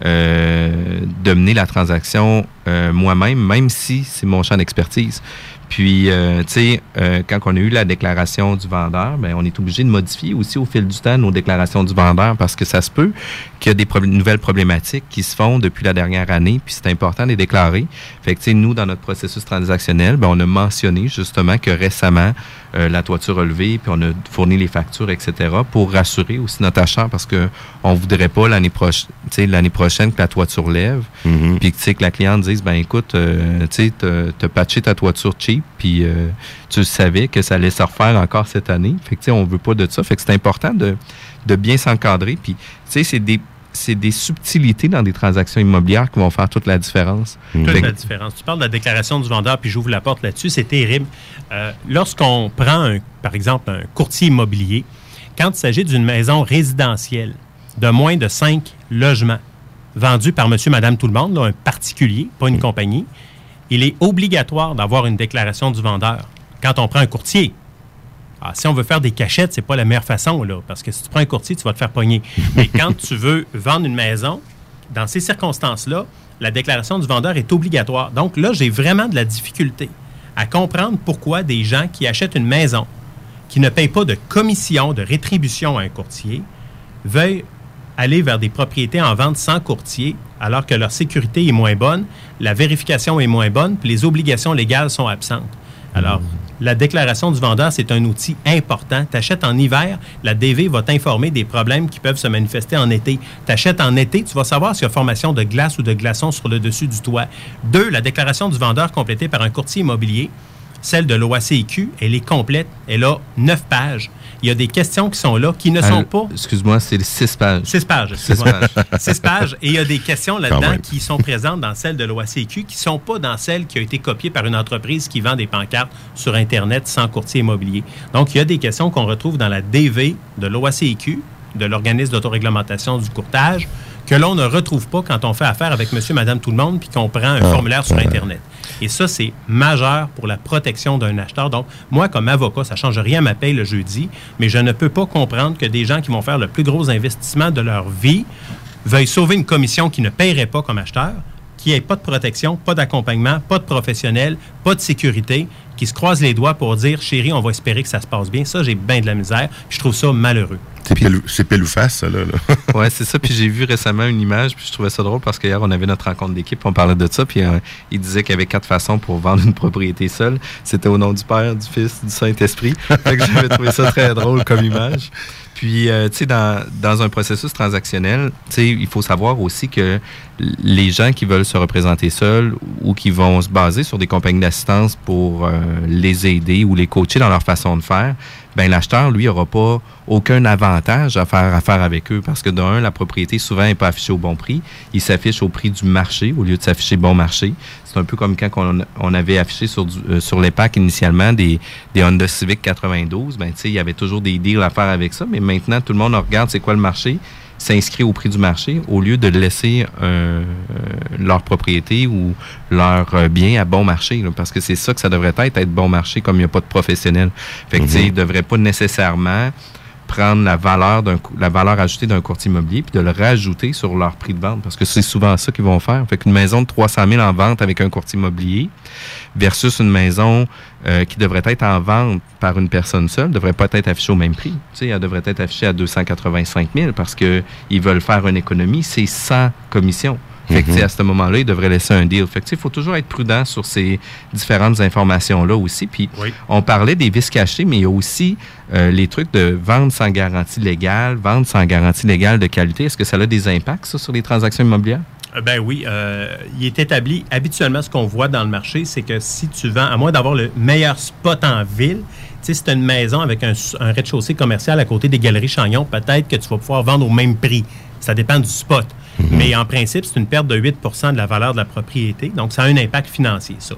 de mener la transaction moi-même, même si c'est mon champ d'expertise. Puis, tu sais, quand on a eu la déclaration du vendeur, ben on est obligé de modifier aussi au fil du temps nos déclarations du vendeur parce que ça se peut qu'il y a des nouvelles problématiques qui se font depuis la dernière année, puis c'est important de les déclarer. Fait que, tu sais, nous, dans notre processus transactionnel, ben on a mentionné justement que récemment, la toiture a levé, puis on a fourni les factures, etc., pour rassurer aussi notre acheteur parce que on voudrait pas l'année prochaine que la toiture lève, puis tu sais que la cliente dise, ben écoute, tu sais, t'as patché ta toiture cheap, puis tu savais que ça allait se refaire encore cette année. Fait que tu sais, on veut pas de ça. Fait que c'est important de bien s'encadrer. Puis tu sais, c'est des subtilités dans des transactions immobilières qui vont faire toute la différence.
Toute la différence. Tu parles de la déclaration du vendeur, puis j'ouvre la porte là-dessus, c'est terrible. Lorsqu'on prend, par exemple, un courtier immobilier, quand il s'agit d'une maison résidentielle de moins de 5 logements, vendue par monsieur, madame, tout le monde, là, un particulier, pas une compagnie, il est obligatoire d'avoir une déclaration du vendeur. Quand on prend un courtier, si on veut faire des cachettes, c'est pas la meilleure façon, là, parce que si tu prends un courtier, tu vas te faire pogner. Mais quand tu veux vendre une maison, dans ces circonstances-là, la déclaration du vendeur est obligatoire. Donc là, j'ai vraiment de la difficulté à comprendre pourquoi des gens qui achètent une maison, qui ne payent pas de commission, de rétribution à un courtier, veuillent aller vers des propriétés en vente sans courtier, alors que leur sécurité est moins bonne, la vérification est moins bonne, puis les obligations légales sont absentes. Alors, la déclaration du vendeur, c'est un outil important. Tu achètes en hiver, la DV va t'informer des problèmes qui peuvent se manifester en été. Tu achètes en été, tu vas savoir s'il y a formation de glace ou de glaçons sur le dessus du toit. 2, la déclaration du vendeur complétée par un courtier immobilier. Celle de l'OACIQ, elle est complète. Elle a 9 pages. Il y a des questions qui sont là, qui ne sont pas...
Excuse-moi, c'est 6 pages.
6 pages, excuse-moi. 6 pages. Et il y a des questions là-dedans qui sont présentes dans celle de l'OACIQ, qui ne sont pas dans celle qui a été copiée par une entreprise qui vend des pancartes sur Internet sans courtier immobilier. Donc, il y a des questions qu'on retrouve dans la DV de l'OACIQ, de l'organisme d'autoréglementation du courtage, que l'on ne retrouve pas quand on fait affaire avec monsieur, madame, tout le monde, puis qu'on prend un formulaire sur Internet. Et ça, c'est majeur pour la protection d'un acheteur. Donc, moi, comme avocat, ça ne change rien à ma paye le jeudi, mais je ne peux pas comprendre que des gens qui vont faire le plus gros investissement de leur vie veuillent sauver une commission qui ne paierait pas comme acheteur, qui n'ait pas de protection, pas d'accompagnement, pas de professionnel, pas de sécurité, qui se croisent les doigts pour dire « Chérie, on va espérer que ça se passe bien ». Ça, j'ai bien de la misère. Je trouve ça malheureux.
C'est pile ou face, ça, là.
Oui, c'est ça. Puis j'ai vu récemment une image, puis je trouvais ça drôle parce qu'hier, on avait notre rencontre d'équipe, on parlait de ça, puis il disait qu'il y avait 4 façons pour vendre une propriété seule. C'était au nom du Père, du Fils, du Saint-Esprit. Fait que j'avais trouvé ça très drôle comme image. Puis, tu sais, dans un processus transactionnel, tu sais, il faut savoir aussi que les gens qui veulent se représenter seuls ou qui vont se baser sur des compagnies d'assistance pour les aider ou les coacher dans leur façon de faire, ben l'acheteur, lui, n'aura pas aucun avantage à faire affaire avec eux parce que d'un, la propriété souvent n'est pas affichée au bon prix. Il s'affiche au prix du marché au lieu de s'afficher bon marché. C'est un peu comme quand on avait affiché sur l'EPAC initialement des Honda Civic 92. Ben, tu sais, il y avait toujours des deals à faire avec ça, mais maintenant, tout le monde regarde c'est quoi le marché, s'inscrit au prix du marché au lieu de laisser leur propriété ou leur bien à bon marché. Là, parce que c'est ça que ça devrait être bon marché comme il n'y a pas de professionnel. Fait que, tu sais, ils ne devraient pas nécessairement prendre la valeur ajoutée d'un courtier immobilier puis de le rajouter sur leur prix de vente parce que c'est souvent ça qu'ils vont faire. Fait qu'une maison de 300 000 en vente avec un courtier immobilier versus une maison qui devrait être en vente par une personne seule devrait pas être affichée au même prix. Tu sais, elle devrait être affichée à 285 000 parce que ils veulent faire une économie, c'est sans commission. Fait que, à ce moment-là, il devrait laisser un deal. Fait que, il faut toujours être prudent sur ces différentes informations-là aussi. Puis, on parlait des vices cachés, mais il y a aussi les trucs de vente sans garantie légale, vente sans garantie légale de qualité. Est-ce que ça a des impacts, ça, sur les transactions immobilières?
Ben oui. Il est établi, habituellement, ce qu'on voit dans le marché, c'est que si tu vends, à moins d'avoir le meilleur spot en ville, tu sais, si tu as une maison avec un rez-de-chaussée commercial à côté des Galeries Chagnon, peut-être que tu vas pouvoir vendre au même prix. Ça dépend du spot. Mais en principe, c'est une perte de 8 % de la valeur de la propriété. Donc, ça a un impact financier, ça.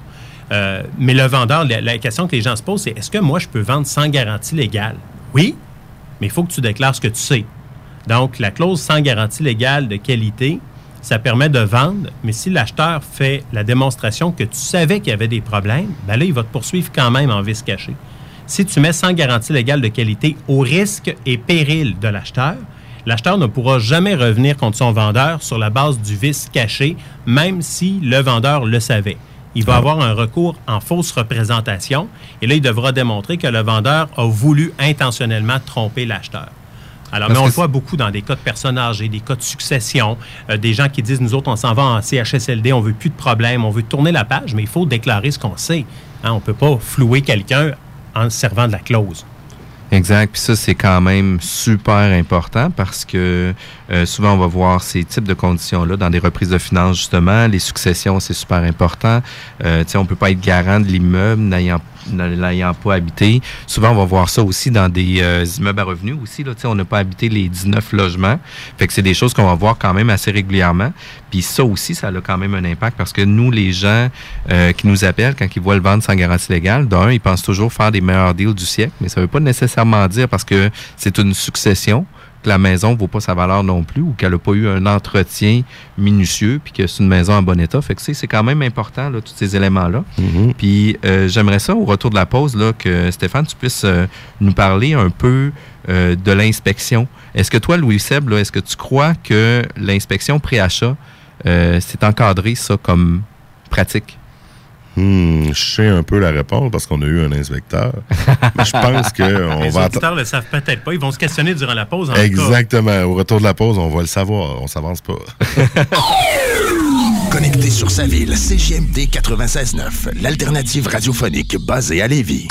Mais le vendeur, la question que les gens se posent, c'est est-ce que moi, je peux vendre sans garantie légale? Oui, mais il faut que tu déclares ce que tu sais. Donc, la clause sans garantie légale de qualité, ça permet de vendre, mais si l'acheteur fait la démonstration que tu savais qu'il y avait des problèmes, ben là, il va te poursuivre quand même en vice caché. Si tu mets sans garantie légale de qualité au risque et péril de l'acheteur ne pourra jamais revenir contre son vendeur sur la base du vice caché, même si le vendeur le savait. Il va avoir un recours en fausse représentation et là, il devra démontrer que le vendeur a voulu intentionnellement tromper l'acheteur. Alors, mais on le voit beaucoup dans des cas de personnes âgées, des cas de succession, des gens qui disent, nous autres, on s'en va en CHSLD, on veut plus de problème, on veut tourner la page, mais il faut déclarer ce qu'on sait. Hein, on ne peut pas flouer quelqu'un en se servant de la clause.
Exact. Puis ça, c'est quand même super important parce que souvent, on va voir ces types de conditions-là dans des reprises de finances, justement. Les successions, c'est super important. Tu sais, on peut pas être garant de l'immeuble ne l'ayant pas habité. Souvent, on va voir ça aussi dans des immeubles à revenus aussi. Là, tu sais, on n'a pas habité les 19 logements. Fait que c'est des choses qu'on va voir quand même assez régulièrement. Puis ça aussi, ça a quand même un impact parce que nous, les gens qui nous appellent, quand ils voient le vendre sans garantie légale, d'un, ils pensent toujours faire des meilleurs deals du siècle, mais ça veut pas nécessairement dire parce que c'est une succession que la maison vaut pas sa valeur non plus ou qu'elle n'a pas eu un entretien minutieux puis que c'est une maison en bon état. Fait que c'est quand même important, là, tous ces éléments-là. Puis j'aimerais ça, au retour de la pause, là, que Stéphane, tu puisses nous parler un peu de l'inspection. Est-ce que toi, Louis-Seb, est-ce que tu crois que l'inspection pré-achat, c'est encadré, ça, comme pratique?
Je sais un peu la réponse parce qu'on a eu un inspecteur. Mais je pense qu'on va...
Les auditeurs ne le savent peut-être pas. Ils vont se questionner durant la pause.
Exactement. Au retour de la pause, on va le savoir. On s'avance pas.
Connecté sur sa ville, CJMD 96.9, l'alternative radiophonique basée à Lévis.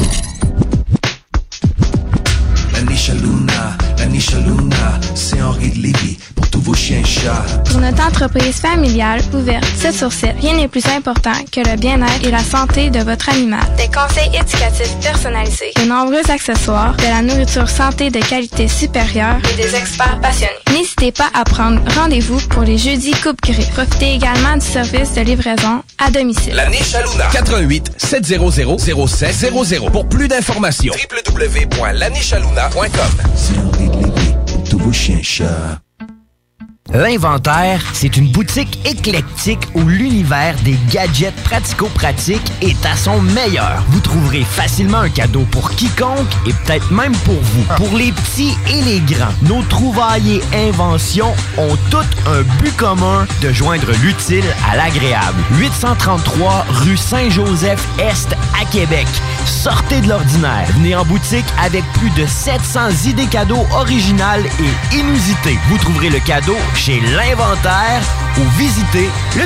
La Nichaluna, c'est Henri de Lévis pour tous vos chiens et chats.
Pour notre entreprise familiale ouverte 7 sur 7, rien n'est plus important que le bien-être et la santé de votre animal. Des conseils éducatifs personnalisés, de nombreux accessoires, de la nourriture santé de qualité supérieure et des experts passionnés. N'hésitez pas à prendre rendez-vous pour les jeudis coupe-griffe. Profitez également du service de livraison à domicile.
La Nichaluna, 88 700 0700. Pour plus d'informations, www.lanichaluna.com.
C'est Henri de Lévis pour tous vos chiens et chats.
L'Inventaire, c'est une boutique éclectique où l'univers des gadgets pratico-pratiques est à son meilleur. Vous trouverez facilement un cadeau pour quiconque et peut-être même pour vous. Pour les petits et les grands, nos trouvailles et inventions ont toutes un but commun de joindre l'utile à l'agréable. 833 rue Saint-Joseph-Est à Québec. Sortez de l'ordinaire. Venez en boutique avec plus de 700 idées cadeaux originales et inusitées. Vous trouverez le cadeau chez L'Inventaire ou visitez le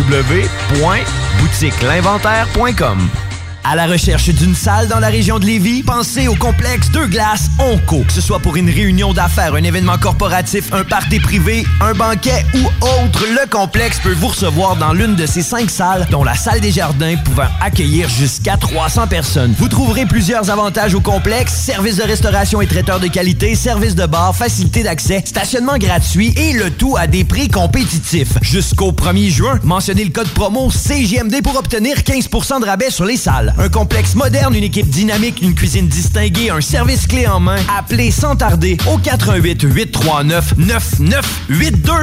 www.boutiquelinventaire.com. À la recherche d'une salle dans la région de Lévis, pensez au complexe Deux Glaces Onco. Que ce soit pour une réunion d'affaires, un événement corporatif, un party privé, un banquet ou autre, le complexe peut vous recevoir dans l'une de ces 5 salles, dont la salle des jardins pouvant accueillir jusqu'à 300 personnes. Vous trouverez plusieurs avantages au complexe: service de restauration et traiteur de qualité, service de bar, facilité d'accès, stationnement gratuit et le tout à des prix compétitifs. Jusqu'au 1er juin, mentionnez le code promo CJMD pour obtenir 15% de rabais sur les salles. Un complexe moderne, une équipe dynamique, une cuisine distinguée, un service clé en main. Appelez sans tarder au 88 839 9982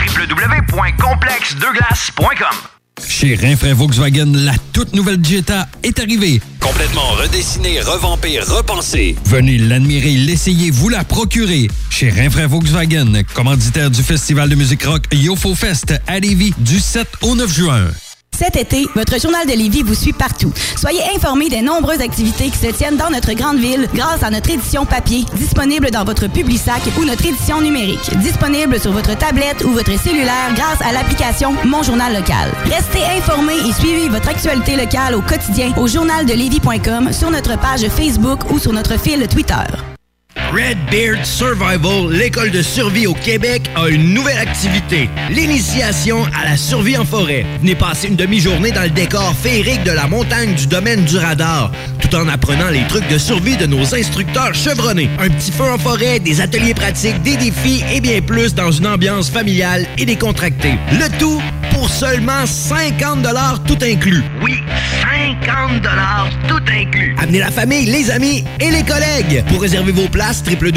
www.complexdeglaces.com. Chez Rinfraie Volkswagen, la toute nouvelle Jetta est arrivée. Complètement redessinée, revampée, repensée. Venez l'admirer, l'essayer, vous la procurer. Chez Rinfraie Volkswagen, commanditaire du festival de musique rock YoFo Fest à Lévis du 7 au 9 juin.
Cet été, votre journal de Lévis vous suit partout. Soyez informés des nombreuses activités qui se tiennent dans notre grande ville grâce à notre édition papier, disponible dans votre Publisac ou notre édition numérique, disponible sur votre tablette ou votre cellulaire grâce à l'application Mon Journal Local. Restez informés et suivez votre actualité locale au quotidien au journaldelévis.com, sur notre page Facebook ou sur notre fil Twitter.
Redbeard Survival, l'école de survie au Québec, a une nouvelle activité. L'initiation à la survie en forêt. Venez passer une demi-journée dans le décor féerique de la montagne du domaine du radar, tout en apprenant les trucs de survie de nos instructeurs chevronnés. Un petit feu en forêt, des ateliers pratiques, des défis et bien plus dans une ambiance familiale et décontractée. Le tout pour seulement 50 $ tout inclus. Oui, 50 $ tout inclus. Amenez la famille, les amis et les collègues. Pour réserver vos places,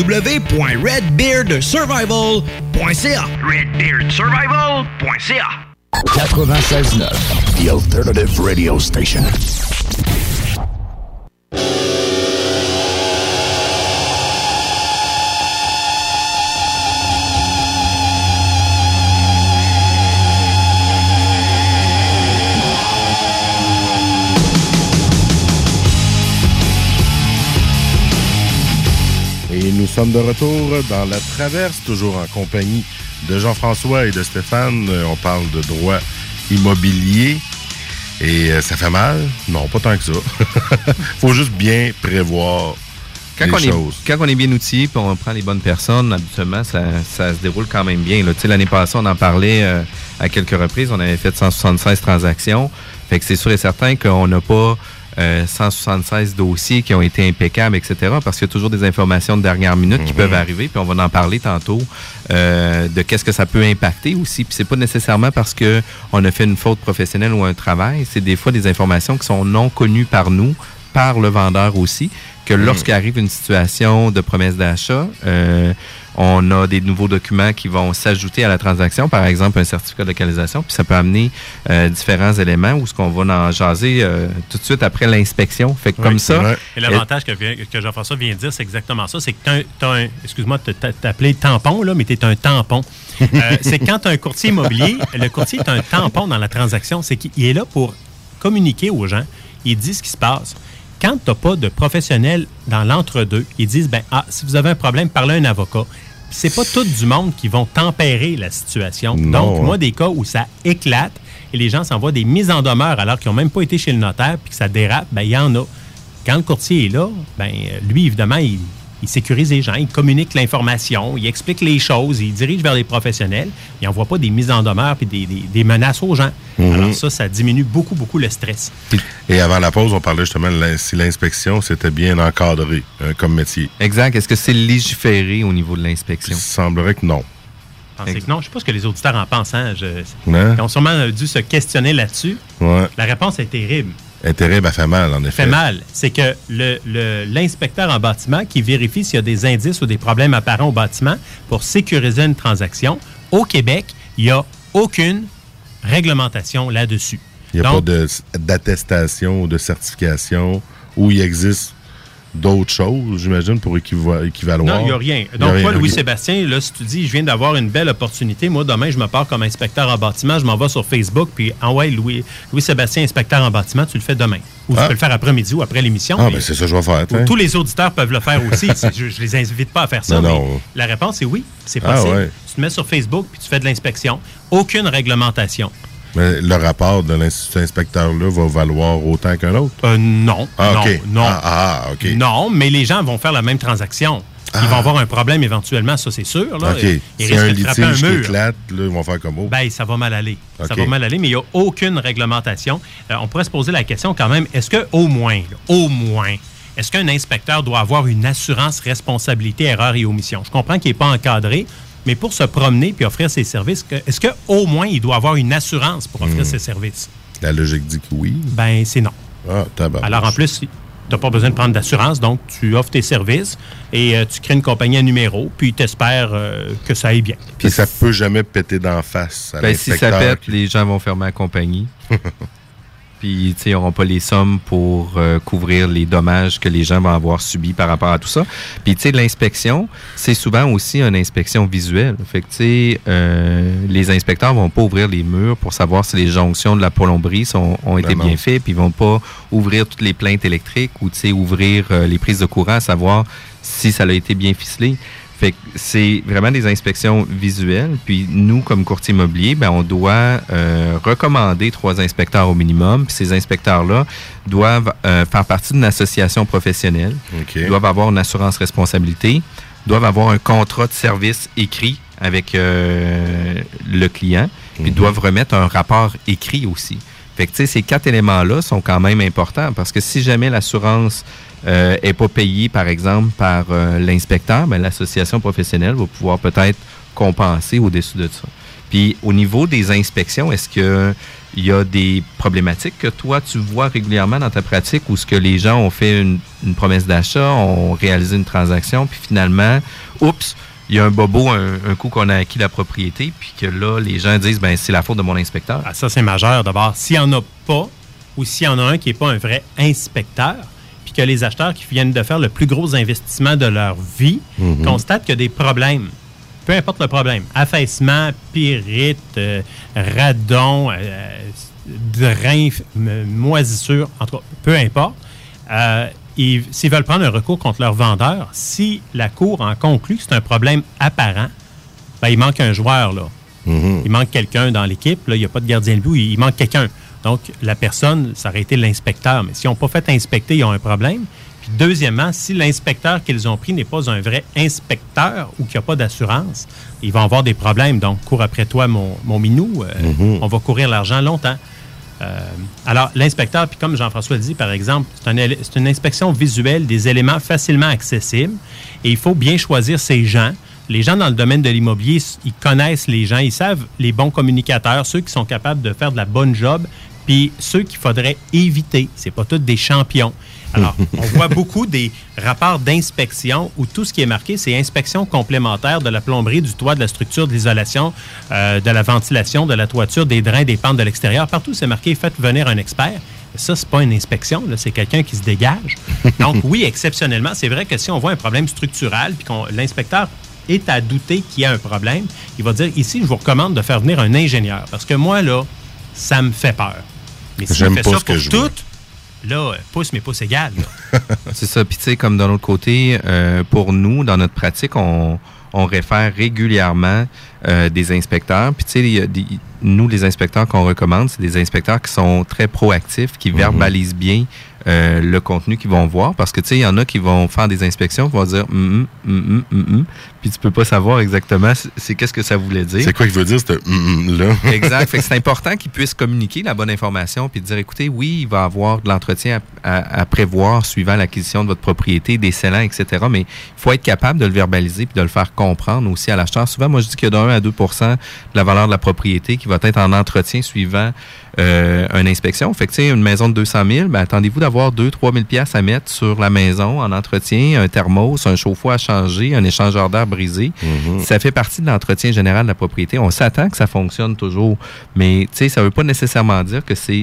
www.redbeardsurvival.ca.
redbeardsurvival.ca.
96.9, The Alternative Radio Station.
Et nous sommes de retour dans la traverse, toujours en compagnie de Jean-François et de Stéphane. On parle de droit immobilier. Et ça fait mal? Non, pas tant que ça. Faut juste bien prévoir les choses.
Quand on est bien outillé et on prend les bonnes personnes, habituellement, ça se déroule quand même bien. Là. L'année passée, on en parlait à quelques reprises. On avait fait 176 transactions. Fait que c'est sûr et certain qu'on n'a pas 176 dossiers qui ont été impeccables, etc. Parce qu'il y a toujours des informations de dernière minute qui peuvent arriver, puis on va en parler tantôt de qu'est-ce que ça peut impacter aussi. Puis c'est pas nécessairement parce que on a fait une faute professionnelle ou un travail, c'est des fois des informations qui sont non connues par nous, par le vendeur aussi, que lorsqu'arrive une situation de promesse d'achat, on a des nouveaux documents qui vont s'ajouter à la transaction, par exemple un certificat de localisation, puis ça peut amener différents éléments où ce qu'on va en jaser tout de suite après l'inspection. Fait que comme ça...
Et l'avantage que Jean-François vient de dire, c'est exactement ça, c'est que tu as un... Excuse-moi de t'appeler tampon, là, mais tu es un tampon. C'est quand tu as un courtier immobilier, le courtier est un tampon dans la transaction, c'est qu'il est là pour communiquer aux gens. Ils disent ce qui se passe. Quand tu n'as pas de professionnels dans l'entre-deux, ils disent, si vous avez un problème, parlez à un avocat. C'est pas tout du monde qui vont tempérer la situation.
Non,
donc, moi, des cas où ça éclate et les gens s'envoient des mises en demeure alors qu'ils n'ont même pas été chez le notaire puis que ça dérape, il y en a. Quand le courtier est là, lui, évidemment, il sécurise les gens, il communique l'information, il explique les choses, il dirige vers les professionnels. Il n'envoie pas des mises en demeure et des menaces aux gens. Alors ça diminue beaucoup, beaucoup le stress.
Et avant la pause, on parlait justement si l'inspection, c'était bien encadré comme métier.
Exact. Est-ce que c'est légiféré au niveau de l'inspection?
Il semblerait que non.
Je ne sais pas ce que les auditeurs en pensent. Ils ont sûrement dû se questionner là-dessus.
Ouais.
La réponse est terrible.
Elle est terrible, elle fait mal, en effet.
Fait mal. C'est que l'inspecteur en bâtiment qui vérifie s'il y a des indices ou des problèmes apparents au bâtiment pour sécuriser une transaction, au Québec, il n'y a aucune réglementation là-dessus.
Il n'y a pas d'attestation ou de certification où il existe d'autres choses, j'imagine, pour équivaloir.
Non, il n'y a rien. Donc, toi, Louis-Sébastien, là, si tu dis, je viens d'avoir une belle opportunité, moi, demain, je me pars comme inspecteur en bâtiment, je m'en vais sur Facebook, puis Louis-Sébastien, inspecteur en bâtiment, tu le fais demain. Ou tu peux le faire après-midi ou après l'émission.
C'est ça que je vais faire.
Tous les auditeurs peuvent le faire aussi. Je les invite pas à faire ça.
Non.
Mais la réponse est oui, c'est possible.
Ouais.
Tu te mets sur Facebook, puis tu fais de l'inspection. Aucune réglementation.
Mais le rapport de cet inspecteur-là va valoir autant qu'un autre?
Non. Non.
OK.
Non, mais les gens vont faire la même transaction. Ils vont avoir un problème éventuellement, ça c'est sûr. Là.
OK.
Ils
si un
risquent de frapper un
litige
mur.
éclate, là, ils vont faire comme ça.
Ça va mal aller.
Okay.
Ça va mal aller, mais il n'y a aucune réglementation. On pourrait se poser la question quand même, est-ce qu'au moins, est-ce qu'un inspecteur doit avoir une assurance responsabilité, erreur et omission? Je comprends qu'il n'est pas encadré, mais pour se promener puis offrir ses services, est-ce qu'au moins il doit avoir une assurance pour offrir ses services?
La logique dit que oui.
C'est non. Alors en plus, tu n'as pas besoin de prendre d'assurance, donc tu offres tes services et tu crées une compagnie à numéro, puis tu espères que ça aille bien.
Puis ça peut jamais péter d'en face à l'inspecteur.
Si ça pète, les gens vont fermer la compagnie. Puis, ils n'auront pas les sommes pour couvrir les dommages que les gens vont avoir subis par rapport à tout ça. Puis, l'inspection, c'est souvent aussi une inspection visuelle. Fait que, les inspecteurs vont pas ouvrir les murs pour savoir si les jonctions de la plomberie ont été bien faites. Puis, ils vont pas ouvrir toutes les plaintes électriques ou, ouvrir les prises de courant à savoir si ça a été bien ficelé. Fait que c'est vraiment des inspections visuelles. Puis nous, comme courtier immobilier, on doit recommander 3 inspecteurs au minimum. Puis ces inspecteurs-là doivent faire partie d'une association professionnelle.
Okay.
Doivent avoir une assurance responsabilité. Doivent avoir un contrat de service écrit avec le client. Puis doivent remettre un rapport écrit aussi. Fait que ces 4 éléments-là sont quand même importants parce que si jamais l'assurance n'est pas payée, par exemple, par l'inspecteur, l'association professionnelle va pouvoir peut-être compenser au-dessus de ça. Puis, au niveau des inspections, est-ce qu'il y a des problématiques que toi, tu vois régulièrement dans ta pratique où ce que les gens ont fait une promesse d'achat, ont réalisé une transaction, puis finalement, il y a un bobo, un coup qu'on a acquis la propriété, puis que là, les gens disent, c'est la faute de mon inspecteur.
Ça, c'est majeur d'abord. S'il n'y en a pas, ou s'il y en a un qui n'est pas un vrai inspecteur, puis que les acheteurs qui viennent de faire le plus gros investissement de leur vie constatent qu'il y a des problèmes. Peu importe le problème. Affaissement, pyrite, radon, drain, moisissure, en tout cas, peu importe. S'ils veulent prendre un recours contre leur vendeur, si la Cour en conclut que c'est un problème apparent, il manque un joueur, là. Il manque quelqu'un dans l'équipe. Là, il n'y a pas de gardien de but, il manque quelqu'un. Donc, la personne, ça aurait été l'inspecteur. Mais s'ils n'ont pas fait inspecter, ils ont un problème. Puis, deuxièmement, si l'inspecteur qu'ils ont pris n'est pas un vrai inspecteur ou qu'il n'y a pas d'assurance, ils vont avoir des problèmes. Donc, cours après toi, mon minou. On va courir l'argent longtemps. Alors, l'inspecteur, puis comme Jean-François le dit, par exemple, c'est une inspection visuelle des éléments facilement accessibles et il faut bien choisir ses gens. Les gens dans le domaine de l'immobilier, ils connaissent les gens, ils savent les bons communicateurs, ceux qui sont capables de faire de la bonne job, puis ceux qu'il faudrait éviter. C'est pas tous des champions. Alors, on voit beaucoup des rapports d'inspection où tout ce qui est marqué, c'est inspection complémentaire de la plomberie, du toit, de la structure, de l'isolation, de la ventilation, de la toiture, des drains, des pentes de l'extérieur. Partout, c'est marqué « Faites venir un expert ». Ça, c'est pas une inspection, là, c'est quelqu'un qui se dégage. Donc, oui, exceptionnellement, c'est vrai que si on voit un problème structural puis que l'inspecteur est à douter qu'il y a un problème, il va dire « Ici, je vous recommande de faire venir un ingénieur. » Parce que moi, là, ça me fait peur. Mais si on fait ça pour toutes, là, pouce, mais pouce égal.
C'est ça. Puis, tu sais, comme d'un autre côté, pour nous, dans notre pratique, on réfère régulièrement des inspecteurs. Puis, tu sais, nous, les inspecteurs qu'on recommande, c'est des inspecteurs qui sont très proactifs, qui verbalisent bien le contenu qu'ils vont voir. Parce que, tu sais, il y en a qui vont faire des inspections, qui vont dire puis tu peux pas savoir exactement c'est qu'est-ce que ça voulait dire.
C'est quoi qu'il veut dire, ce là?
Exact. Fait que c'est important qu'ils puissent communiquer la bonne information puis dire, écoutez, oui, il va y avoir de l'entretien à prévoir suivant l'acquisition de votre propriété, des scellants, etc. Mais il faut être capable de le verbaliser puis de le faire comprendre aussi à l'acheteur. Souvent, moi, je dis qu'il y a de 1 à 2 % de la valeur de la propriété qui va être en entretien suivant une inspection. Fait que, tu sais, une maison de 200 000, ben, attendez-vous d'avoir 2-3 000 $ à mettre sur la maison en entretien, un thermos, un chauffe-eau à changer, un échangeur d'air brisé. Ça fait partie de l'entretien général de la propriété. On s'attend que ça fonctionne toujours, mais, tu sais, ça veut pas nécessairement dire que c'est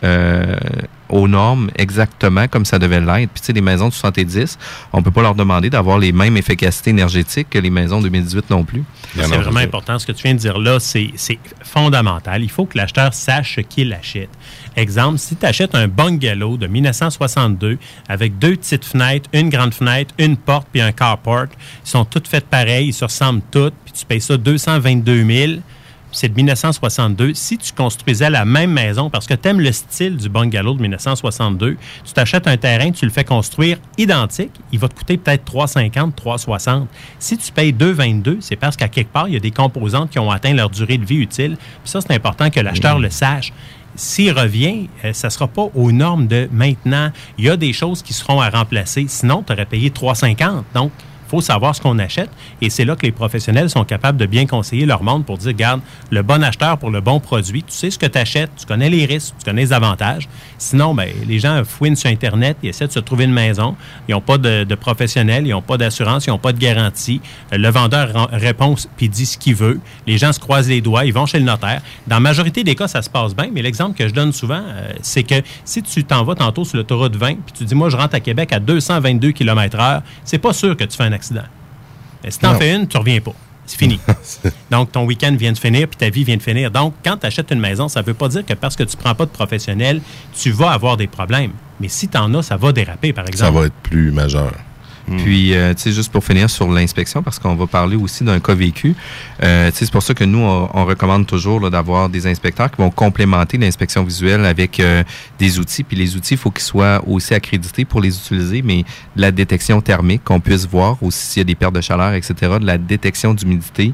aux normes exactement comme ça devait l'être. Puis, tu sais, les maisons de 70, on peut pas leur demander d'avoir les mêmes efficacités énergétiques que les maisons de 2018 non plus.
C'est vraiment important. Ce que tu viens de dire là, c'est fondamental. Il faut que l'acheteur sache ce qu'il achète. Exemple, si tu achètes un bungalow de 1962 avec 2 petites fenêtres, une grande fenêtre, une porte puis un carport, ils sont toutes faites pareilles, ils se ressemblent toutes, puis tu payes ça 222 000, c'est de 1962. Si tu construisais la même maison, parce que tu aimes le style du bungalow de 1962, tu t'achètes un terrain, tu le fais construire identique, il va te coûter peut-être 350, 360. Si tu payes 222, c'est parce qu'à quelque part, il y a des composantes qui ont atteint leur durée de vie utile. Puis ça, c'est important que l'acheteur le sache. S'il revient, ça ne sera pas aux normes de maintenant. Il y a des choses qui seront à remplacer. Sinon, tu aurais payé 350. Donc, il faut savoir ce qu'on achète. Et c'est là que les professionnels sont capables de bien conseiller leur monde pour dire, regarde, le bon acheteur pour le bon produit, tu sais ce que tu achètes, tu connais les risques, tu connais les avantages. Sinon, ben, les gens fouinent sur Internet, ils essaient de se trouver une maison. Ils n'ont pas de professionnels, ils n'ont pas d'assurance, ils n'ont pas de garantie. Le vendeur répond puis dit ce qu'il veut. Les gens se croisent les doigts, ils vont chez le notaire. Dans la majorité des cas, ça se passe bien, mais l'exemple que je donne souvent, c'est que si tu t'en vas tantôt sur l'autoroute 20 puis tu dis, moi, je rentre à Québec à 222 km/h, c'est pas sûr que tu fais un accident. Mais si tu en fais une, tu ne reviens pas. C'est fini. Donc, ton week-end vient de finir, puis ta vie vient de finir. Donc, quand tu achètes une maison, ça ne veut pas dire que parce que tu ne prends pas de professionnel, tu vas avoir des problèmes. Mais si tu en as, ça va déraper, par exemple.
Ça va être plus majeur.
Puis, tu sais, juste pour finir sur l'inspection, parce qu'on va parler aussi d'un cas vécu, tu sais, c'est pour ça que nous, on recommande toujours là, d'avoir des inspecteurs qui vont complémenter l'inspection visuelle avec des outils. Puis les outils, il faut qu'ils soient aussi accrédités pour les utiliser, mais de la détection thermique, qu'on puisse voir aussi s'il y a des pertes de chaleur, etc., de la détection d'humidité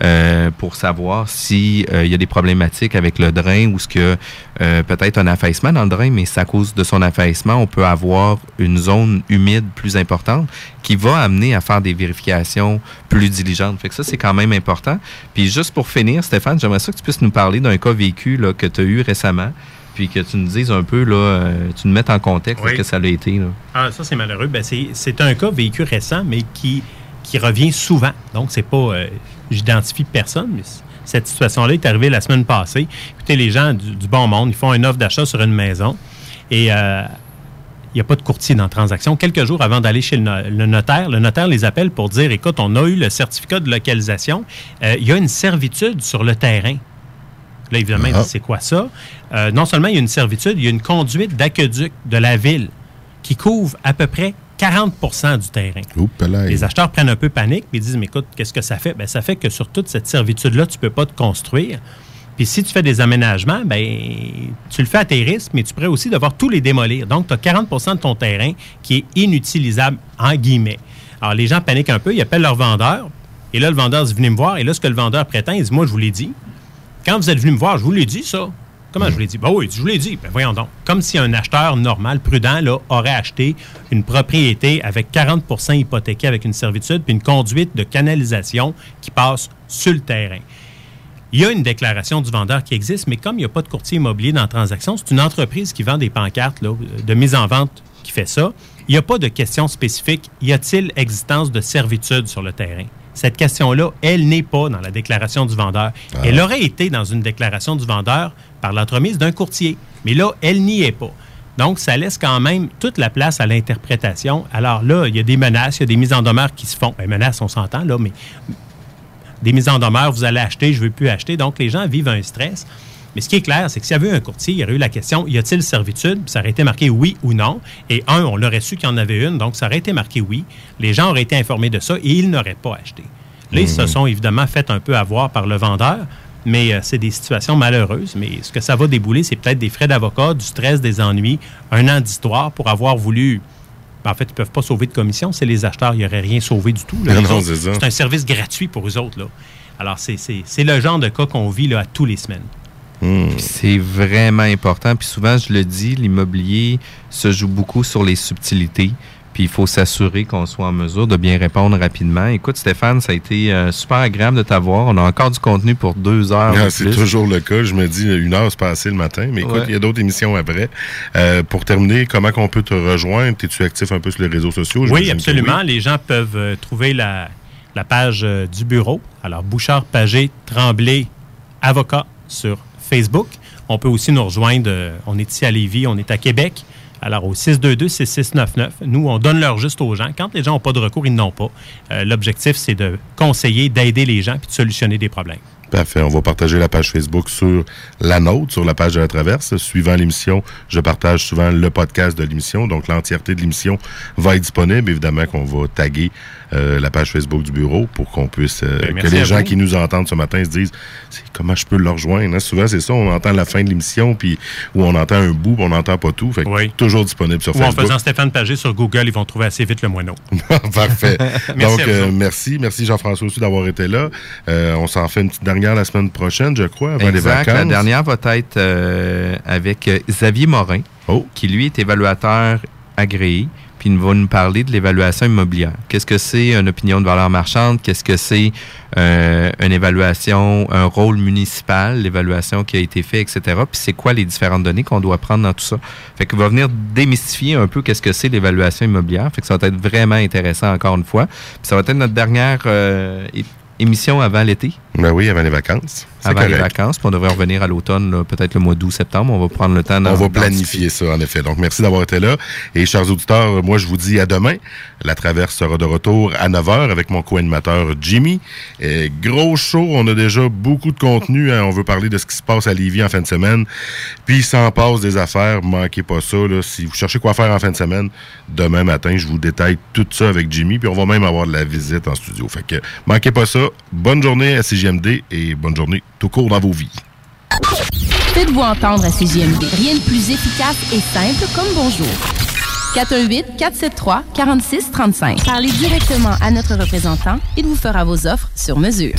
pour savoir s'il y a des problématiques avec le drain ou ce que peut-être un affaissement dans le drain, mais c'est à cause de son affaissement, on peut avoir une zone humide plus importante qui va amener à faire des vérifications plus diligentes. Fait que ça, c'est quand même important. Puis juste pour finir, Stéphane, j'aimerais ça que tu puisses nous parler d'un cas vécu là, que tu as eu récemment, puis que tu nous dises un peu, là, tu nous mettes en contexte ce que ça a été. Là.
Ah, ça, c'est malheureux. Ben, c'est un cas vécu récent, mais qui revient souvent. Donc, c'est pas... j'identifie personne, mais cette situation-là est arrivée la semaine passée. Écoutez, les gens du bon monde, ils font une offre d'achat sur une maison et... il n'y a pas de courtier dans la transaction. Quelques jours avant d'aller chez le notaire les appelle pour dire, écoute, on a eu le certificat de localisation, il y a une servitude sur le terrain. Là, évidemment, il dit, c'est quoi ça? Non seulement il y a une servitude, il y a une conduite d'aqueduc de la ville qui couvre à peu près 40 % du terrain. Les acheteurs prennent un peu panique et disent, mais écoute, qu'est-ce que ça fait? Bien, ça fait que sur toute cette servitude-là, tu ne peux pas te construire. Puis si tu fais des aménagements, ben tu le fais à tes risques, mais tu pourrais aussi devoir tous les démolir. Donc, tu as 40 % de ton terrain qui est inutilisable, en guillemets. Alors, les gens paniquent un peu, ils appellent leur vendeur, et là, le vendeur dit, venez me voir. Et là, ce que le vendeur prétend, il dit, moi, je vous l'ai dit. Quand vous êtes venu me voir, je vous l'ai dit, ça. Comment je vous l'ai dit? Ben oui, je vous l'ai dit. Ben voyons donc. Comme si un acheteur normal, prudent, là, aurait acheté une propriété avec 40 % hypothéquée avec une servitude, puis une conduite de canalisation qui passe sur le terrain. Il y a une déclaration du vendeur qui existe, mais comme il n'y a pas de courtier immobilier dans la transaction, c'est une entreprise qui vend des pancartes là, de mise en vente qui fait ça. Il n'y a pas de question spécifique. Y a-t-il existence de servitude sur le terrain? Cette question-là, elle n'est pas dans la déclaration du vendeur. Elle aurait été dans une déclaration du vendeur par l'entremise d'un courtier. Mais là, elle n'y est pas. Donc, ça laisse quand même toute la place à l'interprétation. Alors là, il y a des menaces, il y a des mises en demeure qui se font. Ben, menaces, on s'entend, là, mais... Des mises en demeure, vous allez acheter, je ne veux plus acheter. Donc, les gens vivent un stress. Mais ce qui est clair, c'est que s'il y avait eu un courtier, il y aurait eu la question, y a-t-il servitude? Puis ça aurait été marqué oui ou non. Et on l'aurait su qu'il y en avait une, donc ça aurait été marqué oui. Les gens auraient été informés de ça et ils n'auraient pas acheté. Là, ils se sont évidemment fait un peu avoir par le vendeur, mais c'est des situations malheureuses. Mais ce que ça va débouler, c'est peut-être des frais d'avocat, du stress, des ennuis, un an d'histoire pour avoir voulu... En fait, ils ne peuvent pas sauver de commission. C'est les acheteurs, il n'y aurait rien sauvé du tout. Là.
Non, c'est
un service gratuit pour eux autres. Là. Alors, c'est le genre de cas qu'on vit là, à tous les semaines.
C'est vraiment important. Puis souvent, je le dis, l'immobilier se joue beaucoup sur les subtilités. Puis il faut s'assurer qu'on soit en mesure de bien répondre rapidement. Écoute, Stéphane, ça a été super agréable de t'avoir. On a encore du contenu pour 2 heures.
C'est toujours le cas. Je me dis, 1 heure, c'est pas assez le matin. Mais écoute, il y a d'autres émissions après. Pour terminer, comment qu'on peut te rejoindre? Es-tu actif un peu sur les réseaux sociaux?
Oui, absolument. Les gens peuvent trouver la page du bureau. Alors, Bouchard, Pagé, Tremblay, avocat sur Facebook. On peut aussi nous rejoindre. On est ici à Lévis, on est à Québec. Alors, au 622-6699, nous, on donne l'heure juste aux gens. Quand les gens n'ont pas de recours, ils n'ont pas. L'objectif, c'est de conseiller, d'aider les gens puis de solutionner des problèmes.
Parfait. On va partager la page Facebook sur la nôtre, sur la page de la Traverse. Suivant l'émission, je partage souvent le podcast de l'émission. Donc, l'entièreté de l'émission va être disponible. Évidemment qu'on va taguer la page Facebook du bureau pour qu'on puisse... que les gens qui nous entendent ce matin se disent comment je peux le rejoindre. Hein? Souvent, c'est ça. On entend la fin de l'émission puis où on entend un bout puis on n'entend pas tout. Fait que toujours disponible sur Facebook.
En faisant Stéphane Pagé sur Google, ils vont trouver assez vite le moineau.
Parfait. Donc, merci. Merci Jean-François aussi d'avoir été là. On s'en fait une petite dernière la semaine prochaine, je crois, avant les vacances.
La dernière va être avec Xavier Morin, qui lui est évaluateur agréé, puis il va nous parler de l'évaluation immobilière. Qu'est-ce que c'est une opinion de valeur marchande? Qu'est-ce que c'est une évaluation, un rôle municipal, l'évaluation qui a été faite, etc. Puis c'est quoi les différentes données qu'on doit prendre dans tout ça? Fait qu'il va venir démystifier un peu qu'est-ce que c'est l'évaluation immobilière. Fait que ça va être vraiment intéressant encore une fois. Puis ça va être notre dernière émission avant l'été.
Ben oui, avant les vacances.
Avant les vacances, puis on devrait revenir à l'automne, peut-être le mois d'août, septembre. On va prendre le temps.
On va planifier ça, en effet. Donc, merci d'avoir été là. Et chers auditeurs, moi, je vous dis à demain. La Traverse sera de retour à 9h avec mon co-animateur Jimmy. Et gros show, on a déjà beaucoup de contenu. Hein. On veut parler de ce qui se passe à Lévis en fin de semaine. Puis, il s'en passe des affaires. Manquez pas ça. Là. Si vous cherchez quoi faire en fin de semaine, demain matin, je vous détaille tout ça avec Jimmy. Puis, on va même avoir de la visite en studio. Fait que, manquez pas ça. Bonne journée à CJMD et bonne journée tout court dans vos vies.
Faites-vous entendre à CJMD. Rien de plus efficace et simple comme bonjour. 418-473-4635. Parlez directement à notre représentant. Il vous fera vos offres sur mesure.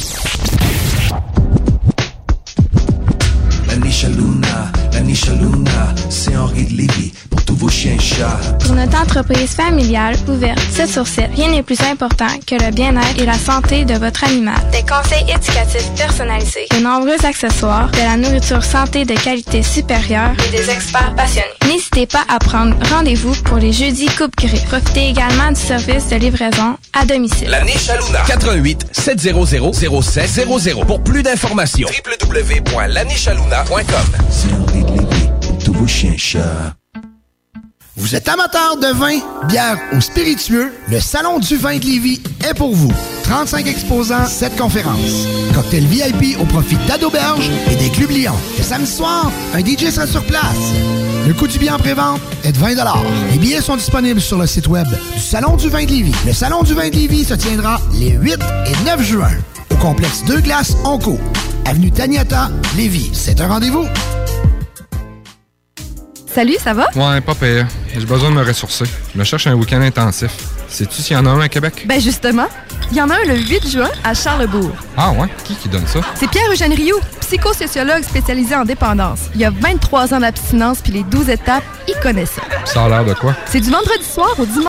La Niche Luna, c'est Henri de Lévis pour tous vos chiens et chats.
Pour notre entreprise familiale ouverte 7 sur 7, rien n'est plus important que le bien-être et la santé de votre animal. Des conseils éducatifs personnalisés, de nombreux accessoires, de la nourriture santé de qualité supérieure et des experts passionnés. N'hésitez pas à prendre rendez-vous pour les jeudis coupe-gris. Profitez également du service de livraison à domicile.
La Niche Luna, 88 700 0700. Pour plus d'informations, www.lanichaluna.com.
C'est Henri de Lévis pour tous vos chiens et chats.
Vous êtes amateur de vin, bière ou spiritueux, le Salon du vin de Lévis est pour vous. 35 exposants, 7 conférences. Cocktail VIP au profit d'Auberge et des Clubs Lyon. Le samedi soir, un DJ sera sur place. Le coût du billet en pré-vente est de 20 $. Les billets sont disponibles sur le site web du Salon du vin de Lévis. Le Salon du vin de Lévis se tiendra les 8 et 9 juin au complexe Deux Glaces Onco, avenue Taniata, Lévis. C'est un rendez-vous.
Salut, ça va?
Ouais, pas pire. J'ai besoin de me ressourcer. Je me cherche un week-end intensif. Sais-tu s'il y en a un à Québec?
Ben justement, il y en a un le 8 juin à Charlebourg.
Ah ouais? Qui donne ça?
C'est Pierre-Eugène Rioux, psychosociologue spécialisé en dépendance. Il y a 23 ans d'abstinence puis les 12 étapes, il connaît ça.
Ça a l'air de quoi?
C'est du vendredi soir au dimanche.